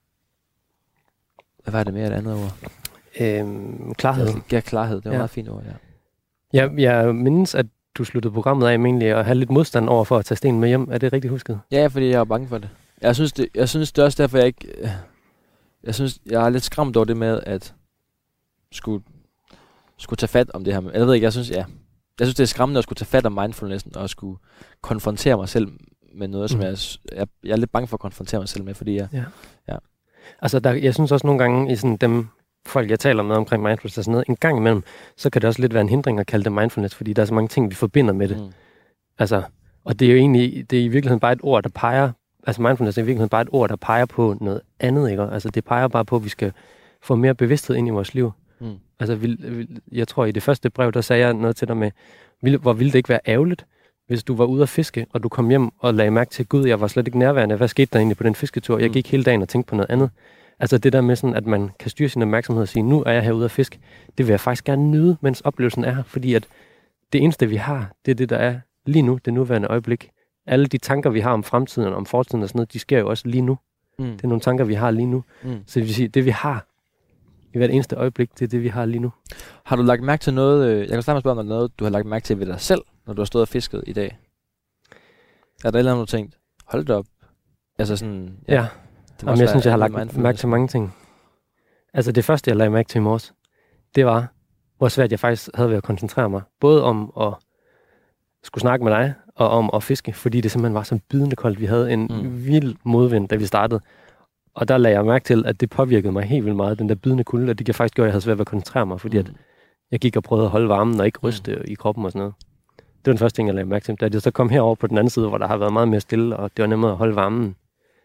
[SPEAKER 2] Hvad var det mere et andet ord?
[SPEAKER 3] Øhm, klarhed.
[SPEAKER 2] Ja, klarhed. Det var ja. meget fint ord, ja.
[SPEAKER 3] Jeg, jeg mindes, at du sluttede programmet af med egentlig at have lidt modstand over for at tage stenen med hjem. Er det rigtigt husket?
[SPEAKER 2] Ja, fordi jeg er bange for det. Jeg synes, det, jeg synes det er også derfor, jeg ikke... Jeg synes, jeg er lidt skræmt over det med, at skulle, skulle tage fat om det her. Jeg ved ikke, jeg synes, ja. Jeg synes, det er skræmmende at skulle tage fat om mindfulnessen og skulle konfrontere mig selv med noget, som mm. jeg, jeg... Jeg er lidt bange for at konfrontere mig selv med, fordi jeg... Ja. ja.
[SPEAKER 3] Altså, der, jeg synes også nogle gange i sådan dem... folk, jeg taler med omkring mindfulness og sådan noget, en gang imellem, så kan det også lidt være en hindring at kalde det mindfulness, fordi der er så mange ting, vi forbinder med det. Mm. Altså, og det er jo egentlig, det er i virkeligheden bare et ord, der peger, altså mindfulness er i virkeligheden bare et ord, der peger på noget andet, ikke? Altså, det peger bare på, at vi skal få mere bevidsthed ind i vores liv. Mm. Altså, vi, vi, jeg tror, i det første brev, der sagde jeg noget til dig med, vil, hvor ville det ikke være ærgerligt, hvis du var ude at fiske, og du kom hjem og lagde mærke til, Gud, jeg var slet ikke nærværende. Hvad skete der egentlig på den fisketur? Jeg gik hele dagen og tænkte på noget andet. Altså det der med sådan, at man kan styre sin opmærksomhed og sige, nu er jeg herude at fiske. Det vil jeg faktisk gerne nyde, mens oplevelsen er her. Fordi at det eneste, vi har, det er det, der er lige nu, det nuværende øjeblik. Alle de tanker, vi har om fremtiden og om fortiden og sådan noget, de sker jo også lige nu. Mm. Det er nogle tanker, vi har lige nu. Mm. Så det vil sige, det vi har i hvert eneste øjeblik, det er det, vi har lige nu.
[SPEAKER 2] Har du lagt mærke til noget, jeg kan starte med at spørge om noget, du har lagt mærke til ved dig selv, når du har stået og fisket i dag? Er der et eller andet, du tænkt, hold det op? Altså sådan...
[SPEAKER 3] Ja. ja. Jamen, jeg synes, jeg har lagt mærke til mange ting. Altså det første, jeg lagde mærke til i morges, det var, hvor svært jeg faktisk havde ved at koncentrere mig. Både om at skulle snakke med dig, og om at fiske, fordi det simpelthen var så bidende koldt. Vi havde en mm. vild modvind, da vi startede. Og der lagde jeg mærke til, at det påvirkede mig helt vildt meget, den der bidende kulde, og det kan faktisk gøre, at jeg havde svært ved at koncentrere mig, fordi mm. at jeg gik og prøvede at holde varmen og ikke ryste mm. i kroppen og sådan noget. Det var den første ting, jeg lagde mærke til. Da jeg så kom herover på den anden side, hvor der har været meget mere stille, og det var nemmere at holde varmen,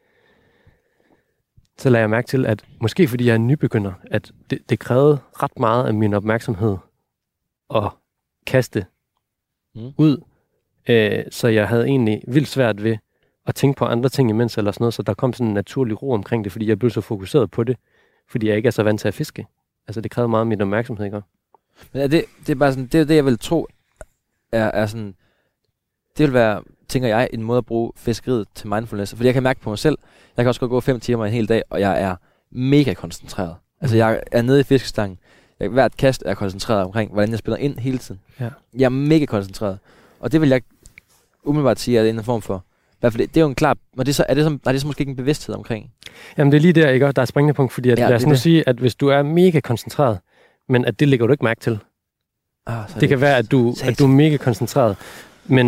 [SPEAKER 3] så lagde jeg mærke til, at måske fordi jeg er nybegynder, at det, det krævede ret meget af min opmærksomhed at kaste mm. ud. Øh, så jeg havde egentlig vildt svært ved at tænke på andre ting imens eller sådan noget, så der kom sådan en naturlig ro omkring det, fordi jeg blev så fokuseret på det, fordi jeg ikke er så vant til at fiske. Altså det krævede meget af min opmærksomhed, ikke?
[SPEAKER 2] Men er det, det er bare sådan, det er det, jeg vil tro, er, er sådan, det vil være, tænker jeg, en måde at bruge fiskeriet til mindfulness. Fordi jeg kan mærke på mig selv, jeg kan også godt gå fem timer en hel dag, og jeg er mega koncentreret. Altså jeg er nede i fiskestangen. Jeg, hvert kast er koncentreret omkring, hvordan jeg spiller ind hele tiden. Ja. Jeg er mega koncentreret. Og det vil jeg umiddelbart sige, at det er en form for... I hvert fald, det er jo en klar... Men det så, er, det så, er det så måske ikke en bevidsthed omkring?
[SPEAKER 3] Jamen det er lige der, ikke? Der er springende punkt, fordi at, ja, lad os nu sige, at hvis du er mega koncentreret, men at det lægger du ikke mærke til. Ah, det, det kan være, at du, at du er mega koncentreret, men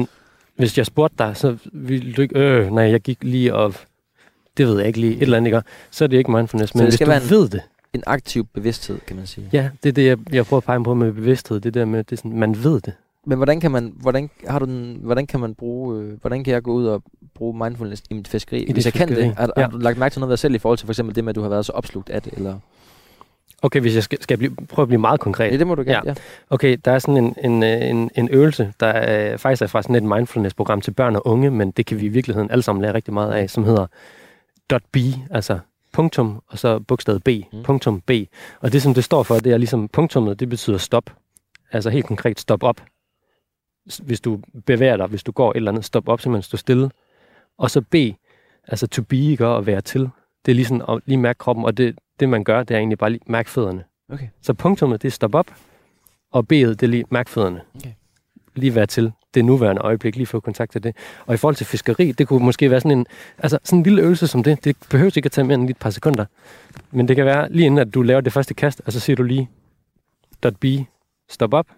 [SPEAKER 3] hvis jeg spurgte dig, så ville du ikke, øh, nej, jeg gik lige og, det ved jeg ikke lige, et eller andet, ikke? Så er det ikke mindfulness, men hvis du en, ved det.
[SPEAKER 2] En aktiv bevidsthed, kan man sige.
[SPEAKER 3] Ja, det er det, jeg, jeg prøver at pege på med bevidsthed, det der med, det er sådan, man ved det.
[SPEAKER 2] Men hvordan kan man, hvordan har du den, hvordan kan man bruge, øh, hvordan kan jeg gå ud og bruge mindfulness i mit fiskeri? I Hvis jeg fiskeri. kan det, har, ja. har du lagt mærke til noget ved dig selv i forhold til for eksempel det med, at du har været så opslugt af det, eller?
[SPEAKER 3] Okay, hvis jeg skal, skal jeg blive, prøve at blive meget konkret.
[SPEAKER 2] Ja, det må du gerne, ja. ja.
[SPEAKER 3] Okay, der er sådan en, en, en, en øvelse, der er, faktisk er fra sådan et mindfulness-program til børn og unge, men det kan vi i virkeligheden alle sammen lære rigtig meget af, som hedder .b, altså punktum, og så bogstavet B, mm. punktum B. Og det, som det står for, det er ligesom punktummet, det betyder stop. Altså helt konkret stop op. Hvis du bevæger dig, hvis du går et eller andet, stop op, simpelthen stå stille. Og så B, altså to be, ikke, og være til. Det er lige sådan at lige mærke kroppen, og det, det man gør, det er egentlig bare lige mærke fødderne.
[SPEAKER 2] Okay.
[SPEAKER 3] Så punktummet, det er stop op, og B'et, det er lige mærke fødderne.
[SPEAKER 2] Okay.
[SPEAKER 3] Lige være til det nuværende øjeblik, lige få kontakt til det. Og i forhold til fiskeri, det kunne måske være sådan en, altså sådan en lille øvelse som det, det behøver ikke at tage mere end lige et par sekunder. Men det kan være lige inden, at du laver det første kast, og så siger du lige, .b, stop op,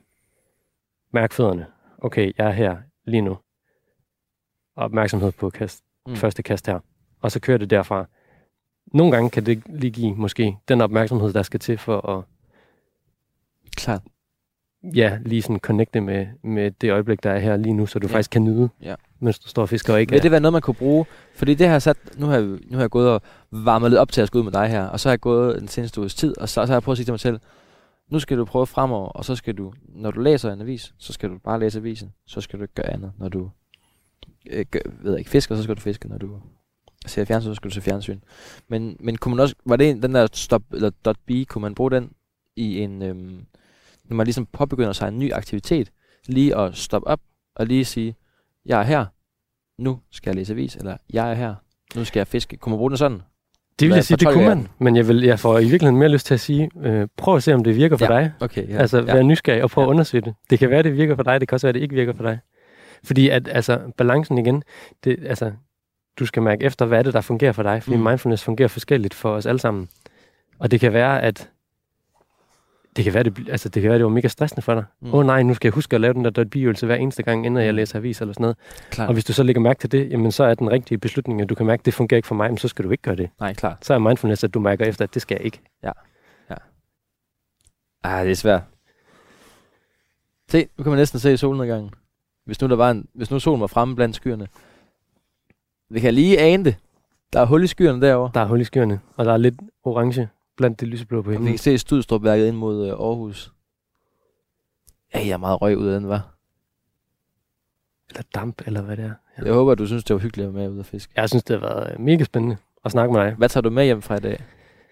[SPEAKER 3] mærk fødderne. Okay, jeg er her lige nu. Opmærksomhed på kast, mm. første kast her. Og så kører det derfra. Nogle gange kan det lige give måske den opmærksomhed, der skal til for at
[SPEAKER 2] Klart.
[SPEAKER 3] Ja, lige sådan connecte med, med det øjeblik, der er her lige nu, så du ja. faktisk kan nyde,
[SPEAKER 2] ja.
[SPEAKER 3] mens du står og fisker og ikke.
[SPEAKER 2] Vil det være noget, man kunne bruge? Fordi det har jeg sat, nu har jeg, nu har jeg gået og varmet lidt op til at skulle ud med dig her, og så har jeg gået den seneste uges tid, og så, så har jeg prøvet at sige til mig selv, nu skal du prøve fremover, og så skal du, når du læser en avis, så skal du bare læse avisen, så skal du ikke gøre andet. Når du øh, gør, ved ikke, fisker, så skal du fiske, når du ser fjernsyn, så skal du se fjernsyn. Men, men kunne man også, var det den der stop, eller .b, kunne man bruge den i en, øhm, når man ligesom påbegynder sig en ny aktivitet, lige at stoppe op, og lige sige, jeg er her, nu skal jeg læse avis, eller jeg er her, nu skal jeg fiske. Kunne man bruge den sådan?
[SPEAKER 3] Det vil jeg sige, det kunne man, men jeg, vil, jeg får i virkeligheden mere lyst til at sige, øh, prøv at se, om det virker for
[SPEAKER 2] ja,
[SPEAKER 3] dig.
[SPEAKER 2] Okay, ja,
[SPEAKER 3] altså,
[SPEAKER 2] ja.
[SPEAKER 3] vær nysgerrig og prøv ja. at undersøge det. Det kan være, det virker for dig, det kan også være, det ikke virker for dig. Fordi at, altså, balancen igen, det, altså, du skal mærke efter, hvad er det, der fungerer for dig, fordi mm. mindfulness fungerer forskelligt for os alle sammen. Og det kan være, at det kan være, det, altså, det kan være, det var mega stressende for dig. Åh mm. oh, nej, nu skal jeg huske at lave den der .b-øvelse hver eneste gang, inden jeg læser avis eller sådan noget. Klar. Og hvis du så lægger mærke til det, jamen så er den rigtige beslutning, at du kan mærke, at det fungerer ikke for mig, men så skal du ikke gøre det.
[SPEAKER 2] Nej, klart.
[SPEAKER 3] Så er mindfulness, at du mærker efter, at det skal jeg ikke.
[SPEAKER 2] Ja. Ja. Ah, det er svært. Se, nu kan man næsten se solnedgangen. Hvis nu der var en, hvis nu solen var fremme blandt skyerne. Vi kan lige ane det. Der er hul i skyerne derovre.
[SPEAKER 3] Der er hul i skyerne, og der er lidt orange blandt det lyseblå på himlen.
[SPEAKER 2] Vi kan se Studstrupværket ind mod uh, Aarhus. Ja, jeg er meget røg ud af den, var.
[SPEAKER 3] Eller damp, eller hvad det er.
[SPEAKER 2] Ja. Jeg håber, du synes, det var hyggeligt at være med ude at fiske.
[SPEAKER 3] Jeg synes, det har været mega spændende at snakke med dig.
[SPEAKER 2] Hvad tager du med hjem fra i dag?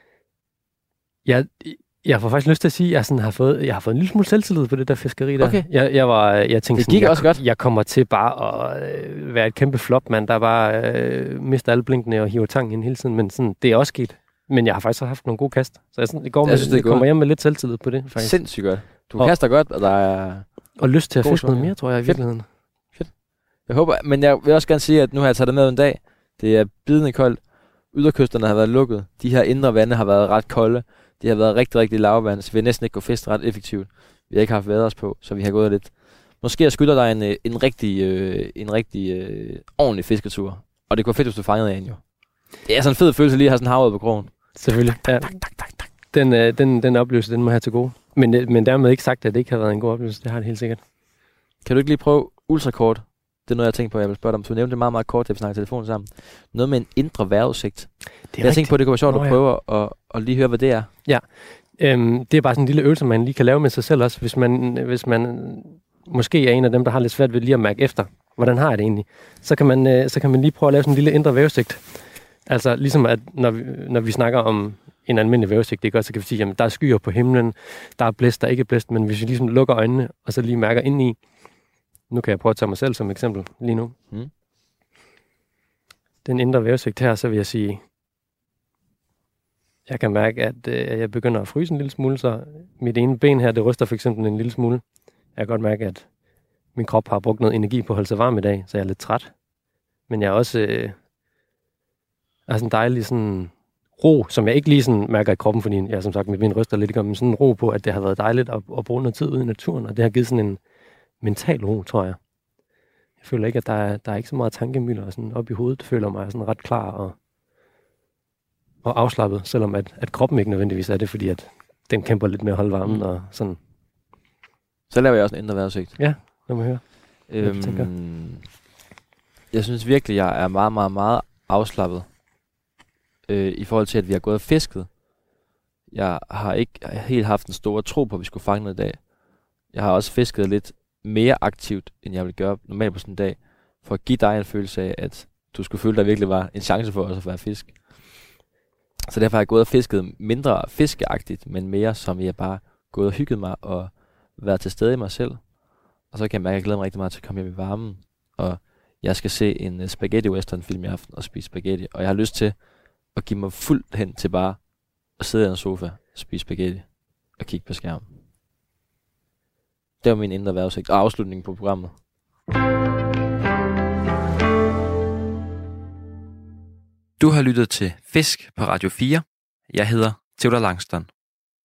[SPEAKER 3] Jeg, jeg får faktisk lyst til at sige, at jeg, sådan har, fået, jeg har fået en lille smule selvtillid på det der fiskeri der.
[SPEAKER 2] Okay.
[SPEAKER 3] Jeg, jeg, var, jeg tænkte
[SPEAKER 2] det
[SPEAKER 3] sådan,
[SPEAKER 2] gik
[SPEAKER 3] jeg,
[SPEAKER 2] også godt.
[SPEAKER 3] Jeg kommer til bare at øh, være et kæmpe flop, mand, der bare øh, mister alle blinkene og hiver tang ind hele tiden. Men sådan, det er også sket. Men jeg har faktisk haft nogle gode kast. Så jeg, sådan, det går med, jeg, synes, det jeg kommer hjem med lidt selvtillid på det. Faktisk.
[SPEAKER 2] Sindssygt godt. Du og, kaster godt, og der er...
[SPEAKER 3] Og lyst til at fiske noget mere, tror jeg i virkeligheden.
[SPEAKER 2] Fedt. Jeg håber, men jeg vil også gerne sige, at nu har jeg taget det med en dag. Det er bidende koldt. Yderkysterne har været lukket. De her indre vande har været ret kolde. De har været rigtig, rigtig lavvand, så vi har næsten ikke gået fisk ret effektivt. Vi har ikke haft været os på, så vi har gået lidt. Måske jeg skylder dig en, en rigtig, øh, en rigtig øh, ordentlig fisketur. Og det kunne fedt, hvis du fangede en jo. Det er sådan en fed følelse lige at have sådan en hav ude på krogen.
[SPEAKER 3] Selvfølgelig. Ja. Den, øh, den, den oplevelse, den må jeg have til gode. Men, øh, men dermed ikke sagt, at det ikke har været en god oplevelse. Det har det helt sikkert.
[SPEAKER 2] Kan du ikke lige prøve ultrakort? Det er noget, jeg tænker på, jeg vil spørge dig om. Du nævnte det meget, meget kort, da vi snakker telefon sammen. Noget med en indre vejrudsigt. Jeg tænker på, at det kunne være sjovt Nå, at prøve ja. at, at lige høre, hvad det er.
[SPEAKER 3] Ja, øhm, det er bare sådan en lille øvelse, man lige kan lave med sig selv også. Hvis man, hvis man måske er en af dem, der har lidt svært ved lige at mærke efter, hvordan har jeg det egentlig, så kan man, øh, så kan man lige prøve at lave sådan en lille indre vejrudsigt. Altså ligesom, at når vi, når vi snakker om en almindelig vejrudsigt, det er godt, så kan vi sige, at der er skyer på himlen, der er blæst, der er ikke blæst, men hvis vi ligesom lukker øjnene, og så lige mærker ind i, nu kan jeg prøve at tage mig selv som eksempel lige nu. Mm. Den indre vejrudsigt her, så vil jeg sige, jeg kan mærke, at øh, jeg begynder at fryse en lille smule, så mit ene ben her, det ryster for eksempel en lille smule. Jeg kan godt mærke, at min krop har brugt noget energi på at holde sig varm i dag, så jeg er lidt træt. Men jeg er også øh, er sådan en dejlig sådan ro, som jeg ikke lige sådan mærker i kroppen, fordi jeg som sagt, mit ben ryster lidt, men sådan en ro på, at det har været dejligt at, at bruge noget tid ude i naturen, og det har givet sådan en mental ro, tror jeg. Jeg føler ikke, at der er, der er ikke så meget tankemylder sådan op i hovedet. Det føler mig sådan ret klar og, og afslappet, selvom at, at kroppen ikke nødvendigvis er det, fordi at den kæmper lidt med at holde varmen mm. og sådan.
[SPEAKER 2] Så laver jeg også en indre vejrudsigt.
[SPEAKER 3] Ja, lad mig høre.
[SPEAKER 2] Øhm, jeg synes virkelig, jeg er meget, meget, meget afslappet øh, i forhold til, at vi har gået og fisket. Jeg har ikke helt haft en stor tro på, at vi skulle fange noget i dag. Jeg har også fisket lidt mere aktivt, end jeg ville gøre normalt på sådan en dag, for at give dig en følelse af, at du skulle føle, at der virkelig var en chance for os at være fisk. Så derfor har jeg gået og fisket mindre fiskeagtigt, men mere som jeg bare gået og hygget mig og været til stede i mig selv. Og så kan jeg mærke, at jeg glæder mig rigtig meget til at komme hjem i varmen. Og jeg skal se en spaghetti western film i aften og spise spaghetti. Og jeg har lyst til at give mig fuldt hen til bare at sidde i en sofa, spise spaghetti og kigge på skærmen. Det var min indre vejrudsigt og afslutningen på programmet.
[SPEAKER 1] Du har lyttet til Fisk på Radio fire. Jeg hedder Theodor Langston.